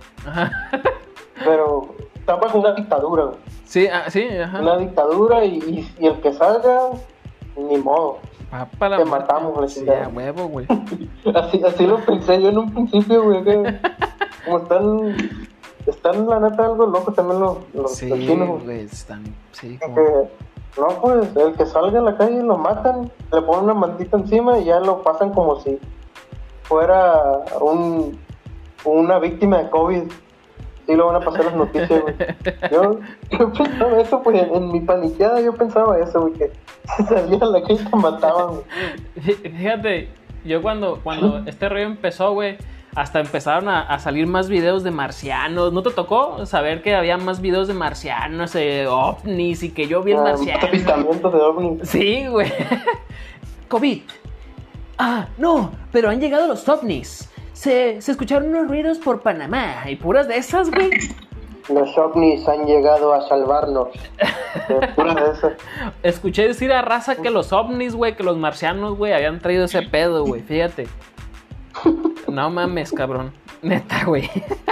pero está bajo una dictadura, güey. Sí, sí, ajá. Una dictadura y el que salga, ni modo. Te matamos, la chingada. Sí, a huevo, güey. así lo pensé yo en un principio, güey. Como están la neta algo locos también los chinos, güey. Están, sí, como... No, pues el que salga a la calle lo matan, le ponen una mantita encima y ya lo pasan como si fuera una víctima de COVID. Sí, lo van a pasar las noticias, güey. Yo pensaba eso, pues, en mi paniqueada yo pensaba eso, güey, que si salían a la calle te mataban, güey. Fíjate, yo cuando este rollo empezó, güey, hasta empezaron a salir más videos de marcianos. ¿No te tocó saber que había más videos de marcianos, ovnis, y que yo vi el marciano? Avistamientos de ovnis. Sí, güey. COVID. No, pero han llegado los ovnis. Se escucharon unos ruidos por Panamá y puras de esas, güey. Los ovnis han llegado a salvarnos. Puras de esas. Escuché decir a raza que los ovnis, güey, que los marcianos, güey, habían traído ese pedo, güey. Fíjate. No mames, cabrón. Neta, güey.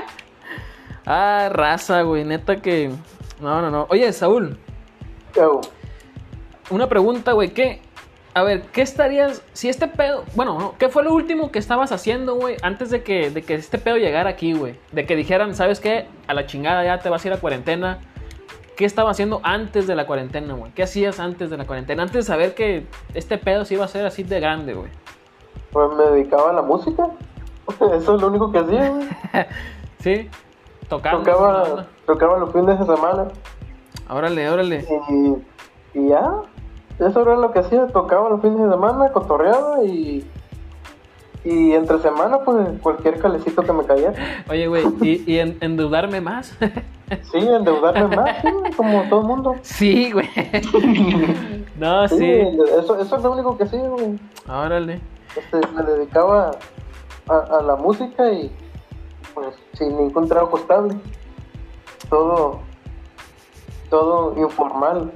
Raza, güey. Neta que... No. Oye, Saúl. Yo. Una pregunta, güey. A ver, ¿qué estarías... Si este pedo... Bueno, no, ¿qué fue lo último que estabas haciendo, güey? Antes de que este pedo llegara aquí, güey. De que dijeran, ¿sabes qué? A la chingada ya te vas a ir a cuarentena. ¿Qué estabas haciendo antes de la cuarentena, güey? ¿Qué hacías antes de la cuarentena? Antes de saber que este pedo se iba a hacer así de grande, güey. Pues me dedicaba a la música. Eso es lo único que hacía, güey. Sí, tocaba los fines de semana. Órale. Y ya, eso era lo que hacía, tocaba los fines de semana, cotorreaba y entre semana, pues cualquier calecito que me cayera. Oye, güey, ¿y endeudarme más? Sí, endeudarme más, sí, como todo el mundo. Sí, güey. No, Sí, sí. eso es lo único que sí, güey. Órale. Me dedicaba a la música y pues sin ningún trabajo estable. Todo informal.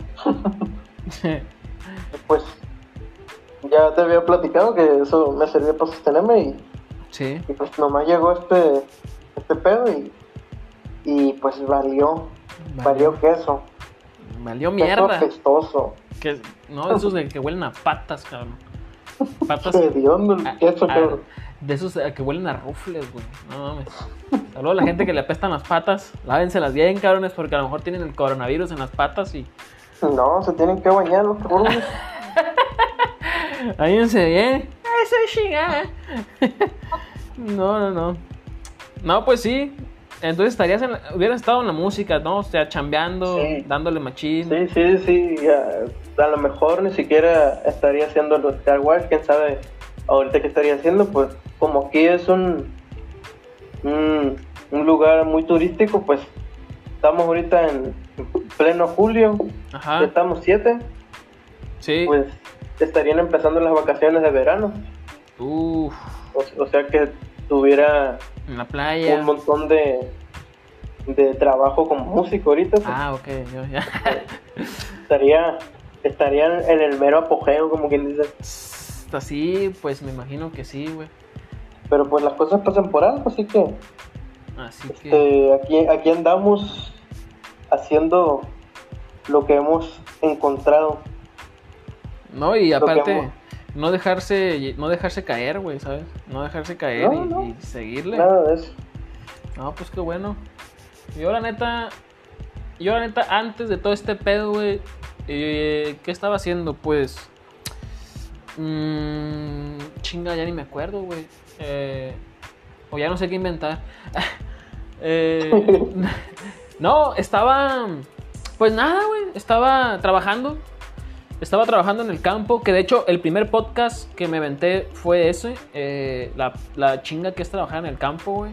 Pues ya te había platicado que eso me servía para sostenerme Sí. y pues nomás llegó este pedo y pues valió queso. Valió Queso mierda. apestoso. No, esos de que huelen a patas, cabrón. Patas. Hediondo el queso, cabrón. De esos que huelen a rufles, güey. No mames. Saludos a la gente que le apestan las patas. Lávenselas bien, cabrones, porque a lo mejor tienen el coronavirus en las patas y... No, se tienen que bañar los cabrones. Váyanse bien. Eso es chingada. No. No, pues sí. Entonces hubieras estado en la música, ¿no? O sea, chambeando, Sí. dándole machín. Sí. A lo mejor ni siquiera estaría haciendo los Star Wars, quién sabe ahorita qué estaría haciendo, pues como aquí es un lugar muy turístico, pues estamos ahorita en pleno julio, Ajá. ya estamos 7, Sí. pues estarían empezando las vacaciones de verano, Uf. o sea que tuviera En la playa. un montón de trabajo como músico ahorita, pues, Ah, ok. Yo ya. estarían en el mero apogeo, como quien dice. Así, pues me imagino que sí, güey. Pero pues las cosas pasan por algo, así que Así que... aquí andamos haciendo lo que hemos encontrado. No, y lo que aparte, hemos- no dejarse caer, güey, ¿sabes? No dejarse caer No. y seguirle. Nada de eso. No, pues qué bueno. Yo la neta, antes de todo este pedo, güey, ¿qué estaba haciendo? Pues, chinga, ya ni me acuerdo, güey. O ya no sé qué inventar. No, pues nada, güey, estaba trabajando en el campo, que de hecho el primer podcast que me aventé fue ese, la chinga que es trabajar en el campo, güey.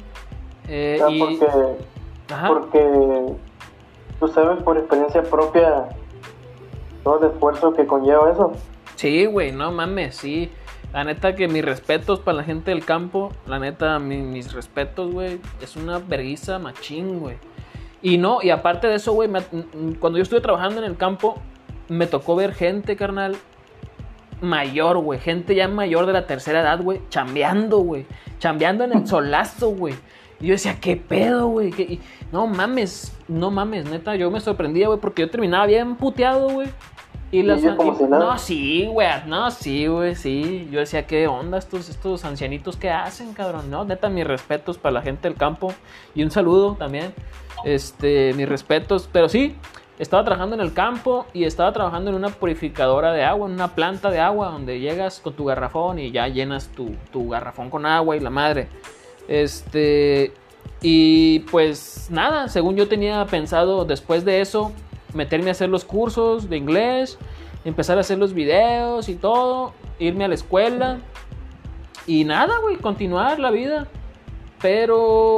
Ajá. Porque tú sabes por experiencia propia todo el esfuerzo que conlleva eso. Sí, güey, no mames, sí. La neta que mis respetos para la gente del campo, la neta mis respetos, güey, es una vergüenza machín, güey. Y aparte de eso, güey, cuando yo estuve trabajando en el campo, me tocó ver gente, carnal, mayor, güey, gente ya mayor de la tercera edad, güey, chambeando en el solazo, güey. Y yo decía, ¿qué pedo, güey? No mames, neta, yo me sorprendía, güey, porque yo terminaba bien puteado, güey. Y como si nada. No, sí, güey, sí. Yo decía, ¿qué onda estos ancianitos que hacen, cabrón? No, neta, mis respetos para la gente del campo. Y un saludo también. Mis respetos. Pero sí, estaba trabajando en el campo y estaba trabajando en una purificadora de agua, en una planta de agua, donde llegas con tu garrafón y ya llenas tu garrafón con agua y la madre. Y pues nada, según yo tenía pensado después de eso meterme a hacer los cursos de inglés, empezar a hacer los videos y todo, irme a la escuela y nada, güey, continuar la vida. Pero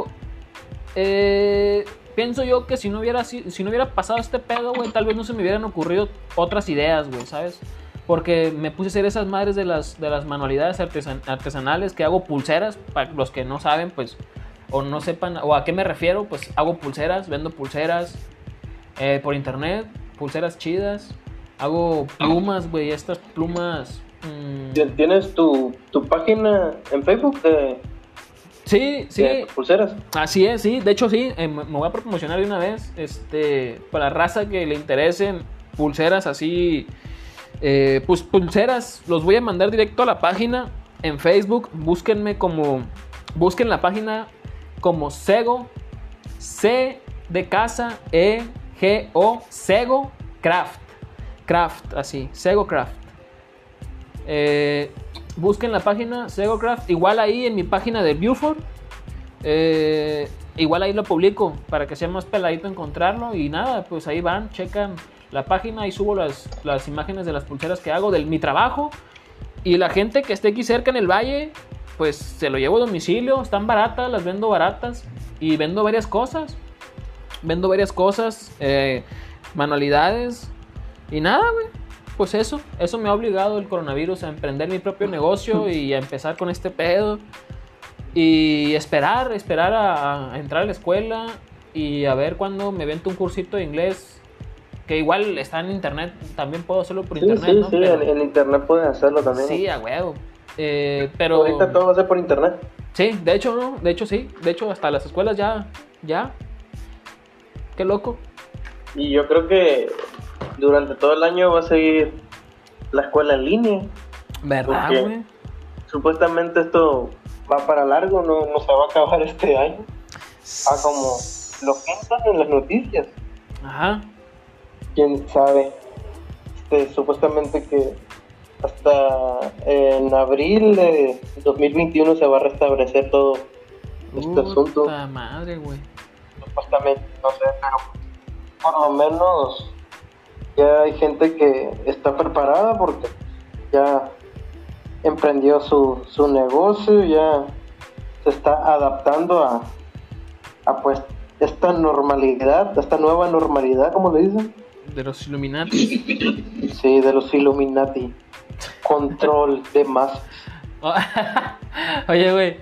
pienso yo que si no hubiera pasado este pedo, güey, tal vez no se me hubieran ocurrido otras ideas, güey, ¿sabes? Porque me puse a hacer esas madres de las manualidades artesanales, que hago pulseras, para los que no saben, pues, o no sepan, o a qué me refiero, pues hago pulseras, vendo pulseras por internet, pulseras chidas, hago plumas, güey, estas plumas. ¿Tienes tu página en Facebook de Sí. pulseras? Así es, sí, de hecho sí, me voy a promocionar de una vez, para la raza que le interesen pulseras así, pues pulseras, los voy a mandar directo a la página en Facebook, busquen la página como Sego, C de casa, E-G-O, Sego Craft, así, Sego Craft. Busquen la página Sego Craft, igual ahí en mi página de Beaufort, igual ahí lo publico para que sea más peladito encontrarlo y nada, pues ahí van, checan la página y subo las imágenes de las pulseras que hago, de mi trabajo. Y la gente que esté aquí cerca en el valle, pues se lo llevo a domicilio. Están baratas, las vendo baratas. Y vendo varias cosas. Manualidades. Y nada, güey. Pues eso me ha obligado el coronavirus a emprender mi propio negocio y a empezar con este pedo. Y esperar a entrar a la escuela y a ver cuándo me vento un cursito de inglés, que igual está en internet, también puedo hacerlo por internet, ¿no? Sí, pero, en internet puedes hacerlo también. Sí, a huevo. Pero ahorita todo va a ser por internet. Sí, de hecho, ¿no? De hecho, sí. De hecho, hasta las escuelas ya. Qué loco. Y yo creo que durante todo el año va a seguir la escuela en línea. ¿Verdad, güey? Supuestamente esto va para largo, no se va a acabar este año. Como lo pintan en las noticias. Ajá. Quién sabe. Supuestamente que hasta en abril de 2021 se va a restablecer todo este asunto. Puta madre, güey. Supuestamente, no sé, pero por lo menos ya hay gente que está preparada porque ya emprendió su negocio, ya se está adaptando a pues esta normalidad, esta nueva normalidad, ¿cómo le dicen? De los Illuminati. Sí, de los Illuminati. Control de masas. Oye, güey,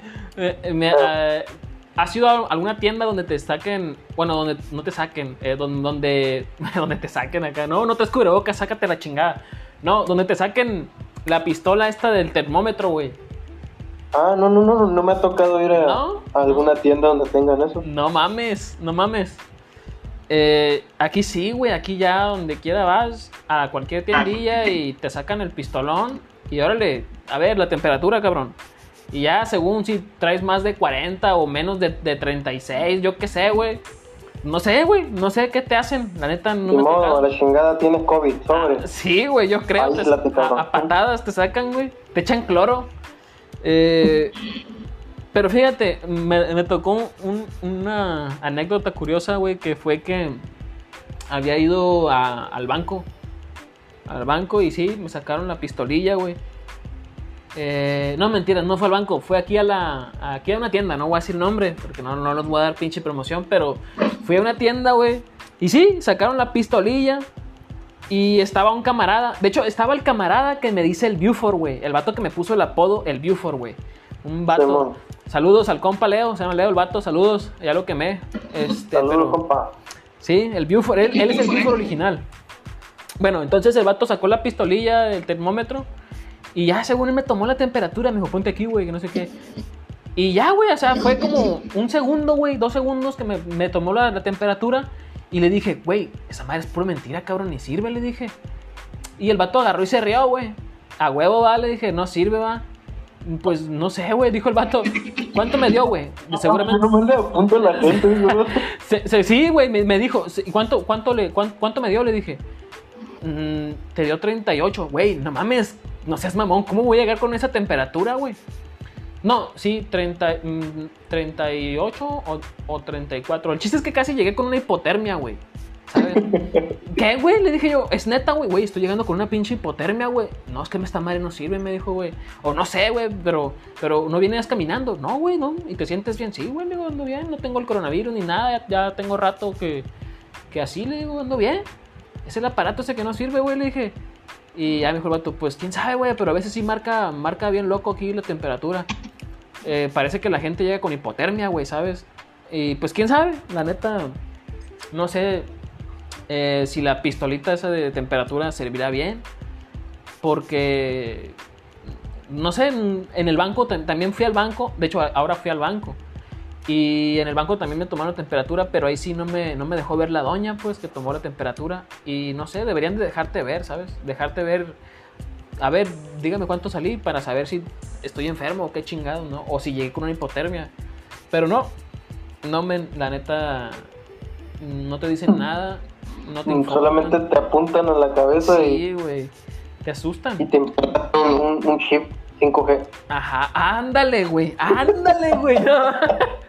¿has ido a alguna tienda donde te saquen, bueno, donde no te saquen, donde te saquen acá? No te cubrebocas, sácate la chingada. No, donde te saquen la pistola esta del termómetro, güey. No me ha tocado ir a alguna tienda donde tengan eso. No mames. Aquí sí, güey, aquí ya donde quiera vas a cualquier tiendilla y te sacan el pistolón y órale, a ver la temperatura, cabrón. Y ya según si traes más de 40 o menos de 36, yo qué sé, güey. No sé, güey, no sé qué te hacen, la neta no me modo, la chingada tienes COVID, sobre. Sí, güey, yo creo. A patadas te sacan, güey, te echan cloro. Pero fíjate, me tocó una anécdota curiosa, güey, que fue que había ido al banco y sí, me sacaron la pistolilla, güey. No, mentiras, no fue al banco, fue aquí a una tienda, no voy a decir nombre, porque no les voy a dar pinche promoción, pero fui a una tienda, güey, y sí, sacaron la pistolilla y estaba un camarada, de hecho, estaba el camarada que me dice el Buford, güey, el vato que me puso el apodo, el Buford, güey, un vato, saludos al compa Leo, se llama Leo el vato, saludos, ya lo quemé, saludos, compa. Sí, el Buford, él es el Buford original. Bueno, entonces el vato sacó la pistolilla, el termómetro, y ya según él me tomó la temperatura, me dijo, ponte aquí, güey, que no sé qué. Y ya, güey, o sea, fue como un segundo, güey, 2 segundos que me tomó la temperatura. Y le dije, güey, esa madre es pura mentira, cabrón, ni sirve, le dije. Y el vato agarró y se rió, güey. A huevo, va, le dije, no sirve, va. Pues no sé, güey, dijo el vato. ¿Cuánto me dio, güey? Seguramente. No me le apunto a la gente, güey. Sí, güey, me dijo, ¿cuánto me dio? Le dije. Te dio 38, güey, no mames, no seas mamón, ¿cómo voy a llegar con esa temperatura, güey? No, sí, 38 o 34. El chiste es que casi llegué con una hipotermia, güey, ¿sabes? ¿Qué, güey? Le dije yo, es neta, güey, estoy llegando con una pinche hipotermia, güey. No, es que esta madre no sirve, me dijo, güey. O no sé, güey, pero no vienes caminando. No, güey, no, ¿y te sientes bien? Sí, güey, le digo, ando bien, no tengo el coronavirus ni nada, ya tengo rato que así, le digo, ando bien. Es el aparato ese que no sirve, güey, le dije. Y ya me dijo el vato, pues quién sabe, güey, pero a veces sí marca bien loco aquí la temperatura. Parece que la gente llega con hipotermia, güey, ¿sabes? Y pues quién sabe, la neta, no sé si la pistolita esa de temperatura servirá bien. Porque, no sé, en el banco, también fui al banco, de hecho ahora fui al banco. Y en el banco también me tomaron temperatura, pero ahí sí no me dejó ver la doña, pues, que tomó la temperatura. Y no sé, deberían de dejarte ver, ¿sabes? Dejarte ver, a ver, dígame cuánto salí para saber si estoy enfermo o qué chingado, ¿no? O si llegué con una hipotermia. Pero la neta, no te dicen nada, no te informan. Solamente te apuntan a la cabeza sí, güey, te asustan. Y te implantan un chip 5G. Ajá, ándale, güey, no.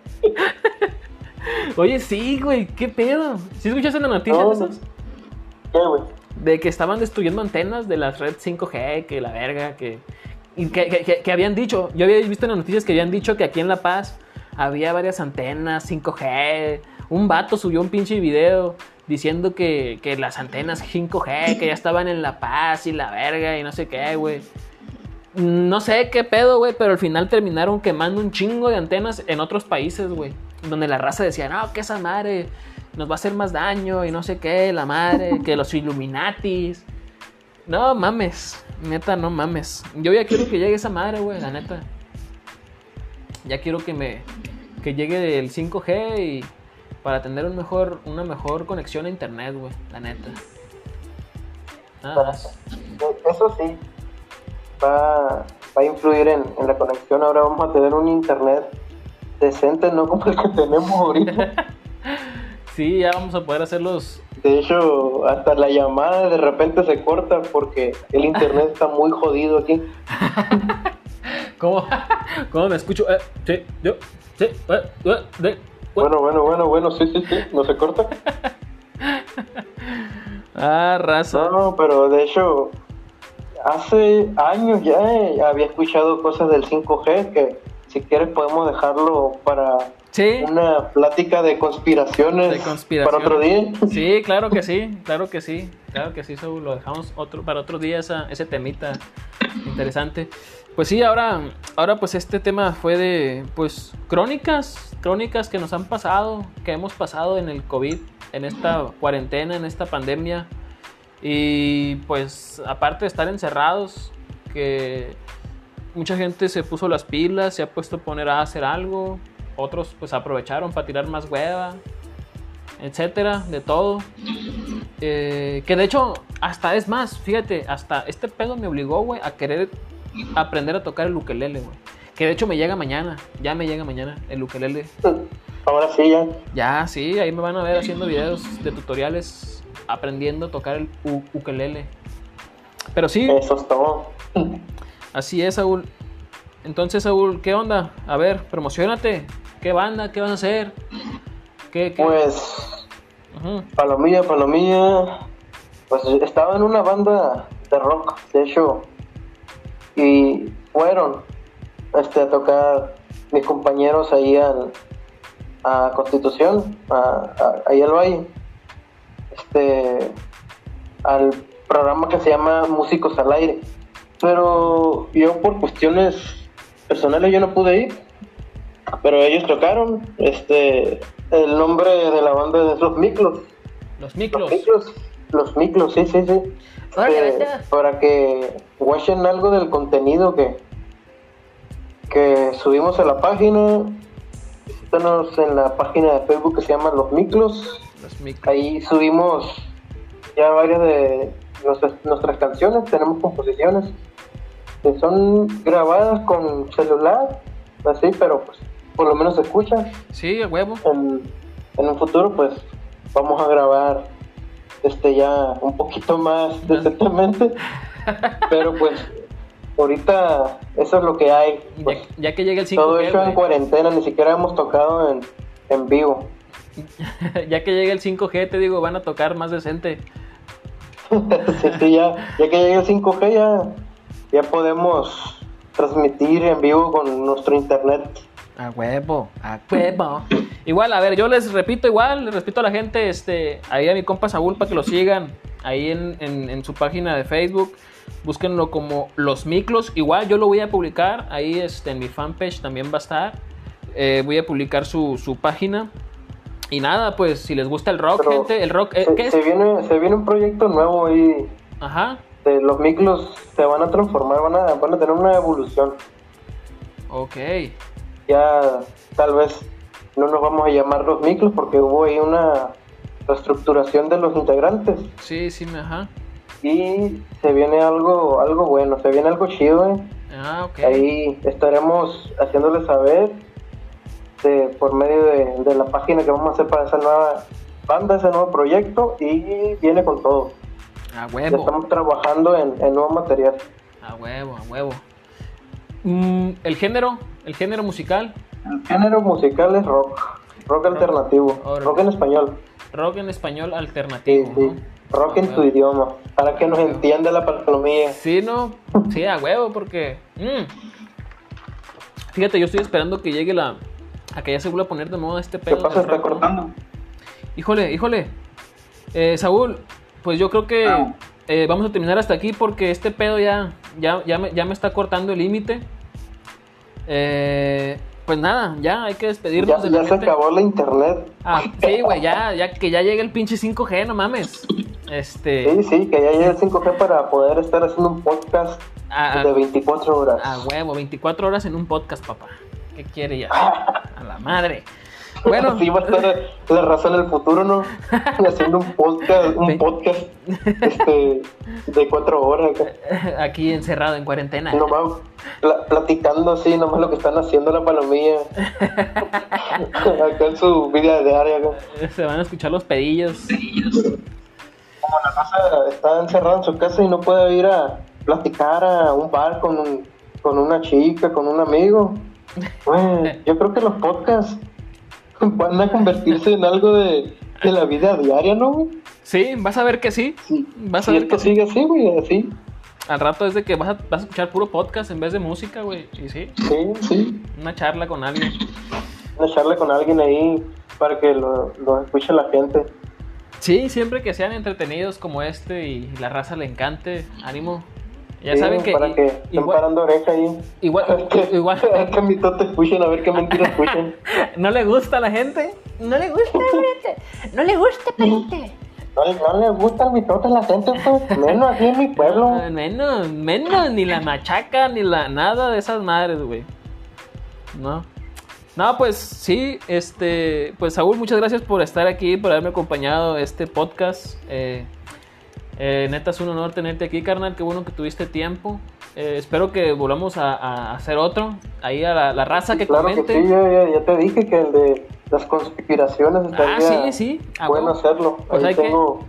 Oye, sí, güey, ¿qué pedo? ¿Sí escuchaste las noticias de esas? ¿Qué, güey? De que estaban destruyendo antenas de la red 5G, que la verga, que habían dicho, yo había visto en las noticias que habían dicho que aquí en La Paz había varias antenas 5G. Un vato subió un pinche video diciendo que las antenas 5G, que ya estaban en La Paz y la verga y no sé qué, güey. No sé qué pedo, güey, pero al final terminaron quemando un chingo de antenas en otros países, güey. Donde la raza decía, no, que esa madre nos va a hacer más daño y no sé qué, la madre, que los Illuminatis. No mames, neta, no mames. Yo ya quiero que llegue esa madre, güey, la neta. Ya quiero que llegue el 5G y para tener una mejor conexión a internet, güey, la neta. Nada más. Eso sí, va a influir en la conexión. Ahora vamos a tener un internet decente, no como el que tenemos ahorita. Sí, ya vamos a poder hacerlos. De hecho, hasta la llamada de repente se corta porque el internet está muy jodido aquí. ¿Cómo me escucho? Sí, yo, sí, Bueno, sí, no se corta. Raza. No, pero de hecho, hace años ya había escuchado cosas del 5G que si quieres podemos dejarlo para una plática de conspiraciones para otro día. Sí, claro que sí, Saúl, lo dejamos para otro día ese temita interesante. Pues sí, ahora pues este tema fue de pues crónicas que nos han pasado, que hemos pasado en el COVID, en esta cuarentena, en esta pandemia. Y pues aparte de estar encerrados, que mucha gente se puso las pilas, se ha puesto a poner a hacer algo, otros pues aprovecharon para tirar más hueva, etcétera, de todo. Que de hecho, hasta es más, fíjate, hasta este pedo me obligó, güey, a querer aprender a tocar el ukelele, güey. Que de hecho me llega mañana el ukelele. Ahora sí, ya. Ya, sí, ahí me van a ver haciendo videos de tutoriales aprendiendo a tocar el ukelele. Pero sí. Eso es todo. Así es, Saúl. Entonces, Saúl, ¿qué onda? A ver, promocionate. ¿Qué banda? ¿Qué vas a hacer? ¿Qué? Pues, Palomilla. Pues estaba en una banda de rock, de hecho. Y fueron a tocar mis compañeros ahí a Constitución, ahí al Valle. Al programa que se llama Músicos al Aire. Pero yo por cuestiones personales yo no pude ir, pero ellos tocaron. El nombre de la banda es Los Miclos. Los Miclos, sí. Para que watchen algo del contenido que subimos a la página. Visítanos en la página de Facebook que se llama Los Miclos. Ahí subimos ya varias de nuestras canciones. Tenemos composiciones que son grabadas con celular, así, pero pues por lo menos se escuchan. Sí, a huevo. En un futuro pues vamos a grabar ya un poquito más decentemente. Pero pues ahorita eso es lo que hay, pues, ya que llegue el 5G, todo eso en cuarentena, ni siquiera hemos tocado en vivo. Ya que llegue el 5G, te digo, van a tocar más decente. sí, ya que llegue el 5G ya podemos transmitir en vivo con nuestro internet. A huevo. Igual, a ver, yo les repito a la gente, ahí a mi compa Saúl para que lo sigan, ahí en su página de Facebook, búsquenlo como Los Miclos. Igual yo lo voy a publicar, ahí en mi fanpage también va a estar, voy a publicar su página. Y nada, pues si les gusta el rock, pero gente, el rock... ¿qué es? Se viene un proyecto nuevo ahí. Ajá. Los Miclos se van a transformar, van a tener una evolución. Ok. Ya tal vez no nos vamos a llamar Los Miclos porque hubo ahí una reestructuración de los integrantes. Sí, ajá. Y se viene algo bueno, se viene algo chido, ok. Ahí estaremos haciéndoles saber por medio de la página que vamos a hacer para esa nueva banda, ese nuevo proyecto, y viene con todo. A huevo. Ya estamos trabajando en nuevo material. A huevo. ¿El género musical? El género musical es rock alternativo, rock en español. Rock en español alternativo, sí. ¿no? Rock en tu idioma, para que nos entienda la palomilla. Sí, no, sí, a huevo, porque... Fíjate, yo estoy esperando que llegue a que ya se vuelva a poner de moda este pedo. ¿Qué pasa? del ¿Está rock, ¿no? cortando? Híjole. Saúl, pues yo creo que vamos a terminar hasta aquí porque este pedo ya me está cortando el límite. Pues nada, ya hay que despedirnos de la Ya se gente. acabó la internet. Sí, güey, ya que ya llegue el pinche 5G, no mames. Sí, que ya llegue el 5G para poder estar haciendo un podcast de 24 horas. A huevo, 24 horas en un podcast, papá. ¿Qué quiere ya? A la madre. Bueno, sí va a estar la raza en el futuro, ¿no? Haciendo un podcast de 4 horas. aquí encerrado en cuarentena. Nomás platicando así, nomás lo que están haciendo la palomilla. Acá en su vida diaria. Se van a escuchar los pedillos. Como la raza está encerrada en su casa y no puede ir a platicar a un bar con una chica, con un amigo. Pues, yo creo que los podcasts van a convertirse en algo de la vida diaria, ¿no, güey? Sí, vas a ver que sí. Vas a ver que sigue así, güey, así. Al rato es de que vas a escuchar puro podcast en vez de música, güey. Y sí. Sí. Una charla con alguien. Una charla con alguien ahí para que lo escuche la gente. Sí, siempre que sean entretenidos como este y la raza le encante, ánimo. Ya sí, saben que... para que estén parando oreja ahí. Igual. Que a mi te escuchen, a ver qué mentiras escuchen. ¿No le gusta a la gente? No le gusta, Perete. No le gusta, Perete. No le gusta el mitote a la gente, pues. Menos aquí en mi pueblo. Menos, ni la machaca, ni nada de esas madres, güey. No, pues sí, pues Saúl, muchas gracias por estar aquí, por haberme acompañado a este podcast. Neta es un honor tenerte aquí, carnal, qué bueno que tuviste tiempo. Espero que volvamos a hacer otro, ahí a la raza que claro comente. Que sí, ya te dije que el de las conspiraciones estaría sí, bueno hacerlo. Pues ahí tengo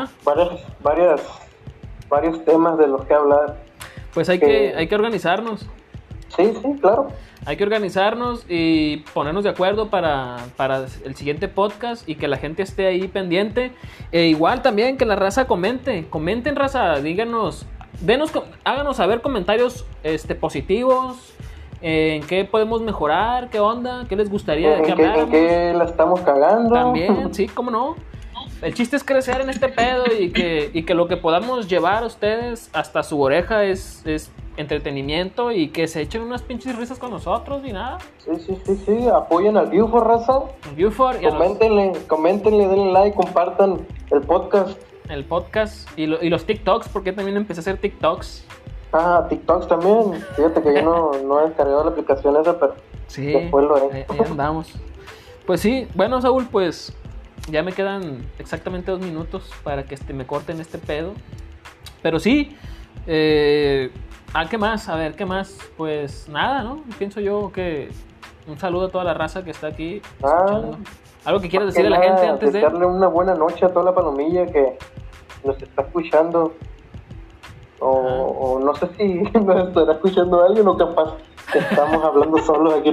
varios temas de los que hablar. Pues hay que organizarnos. Sí, claro. Hay que organizarnos y ponernos de acuerdo para el siguiente podcast y que la gente esté ahí pendiente. Igual también que la raza comenten, raza, díganos, háganos saber comentarios positivos, en qué podemos mejorar, qué onda, qué les gustaría que habláramos. En qué la estamos cagando. También, sí, cómo no. El chiste es crecer en este pedo y que lo que podamos llevar a ustedes hasta su oreja es entretenimiento y que se echen unas pinches risas con nosotros y nada. Sí. Apoyen al Viewfor, raza. Coméntenle, denle like, compartan el podcast. Y los TikToks, porque también empecé a hacer TikToks. TikToks también. Fíjate que yo no he descargado la aplicación esa, pero sí, después lo haré. Ahí andamos. Pues sí, bueno, Saúl, pues ya me quedan exactamente 2 minutos para que me corten este pedo. Pero sí, ¿qué más? A ver, ¿qué más? Pues nada, ¿no? Pienso yo que un saludo a toda la raza que está aquí escuchando. ¿Algo que quieras decir a la gente antes de...? Darle una buena noche a toda la palomilla que nos está escuchando. O no sé si nos estará escuchando alguien o capaz que estamos hablando solos aquí.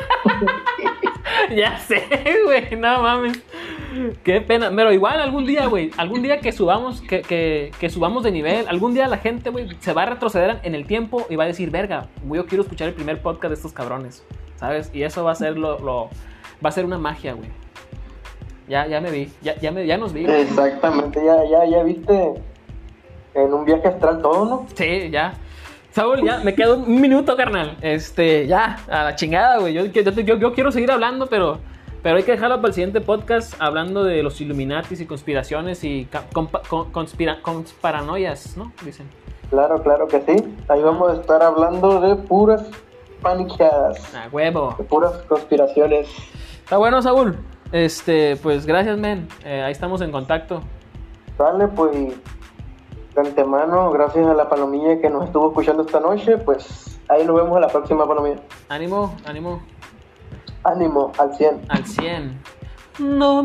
Ya sé, güey, no mames. Qué pena, pero igual algún día, güey, que subamos de nivel, algún día la gente, güey, se va a retroceder en el tiempo y va a decir, verga, yo quiero escuchar el primer podcast de estos cabrones, ¿sabes? Y eso va a ser va a ser una magia, güey. Ya me vi, ya nos vi. Exactamente, ya viste en un viaje astral todo, ¿no? Sí, ya. Saúl, ya, me quedo un minuto, carnal. Ya, a la chingada, güey. Yo quiero seguir hablando, pero hay que dejarlo para el siguiente podcast, hablando de los Illuminatis y conspiraciones y conspiranoias, ¿no? Dicen. Claro que sí. Ahí vamos a estar hablando de puras paniqueadas. A huevo. De puras conspiraciones. Está bueno, Saúl. Pues gracias, men. Ahí estamos en contacto. Dale, pues... De antemano, gracias a la palomilla que nos estuvo escuchando esta noche, pues ahí nos vemos a la próxima, palomilla. Ánimo. Ánimo, al 100. Al 100. No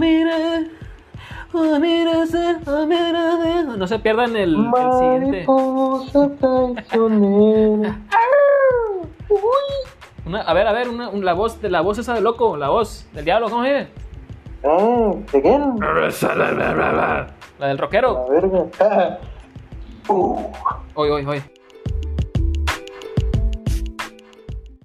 se pierdan el siguiente. A ver, la voz esa de loco, la voz del diablo, ¿cómo es? ¿De quién? La del La rockero. verga. Hoy.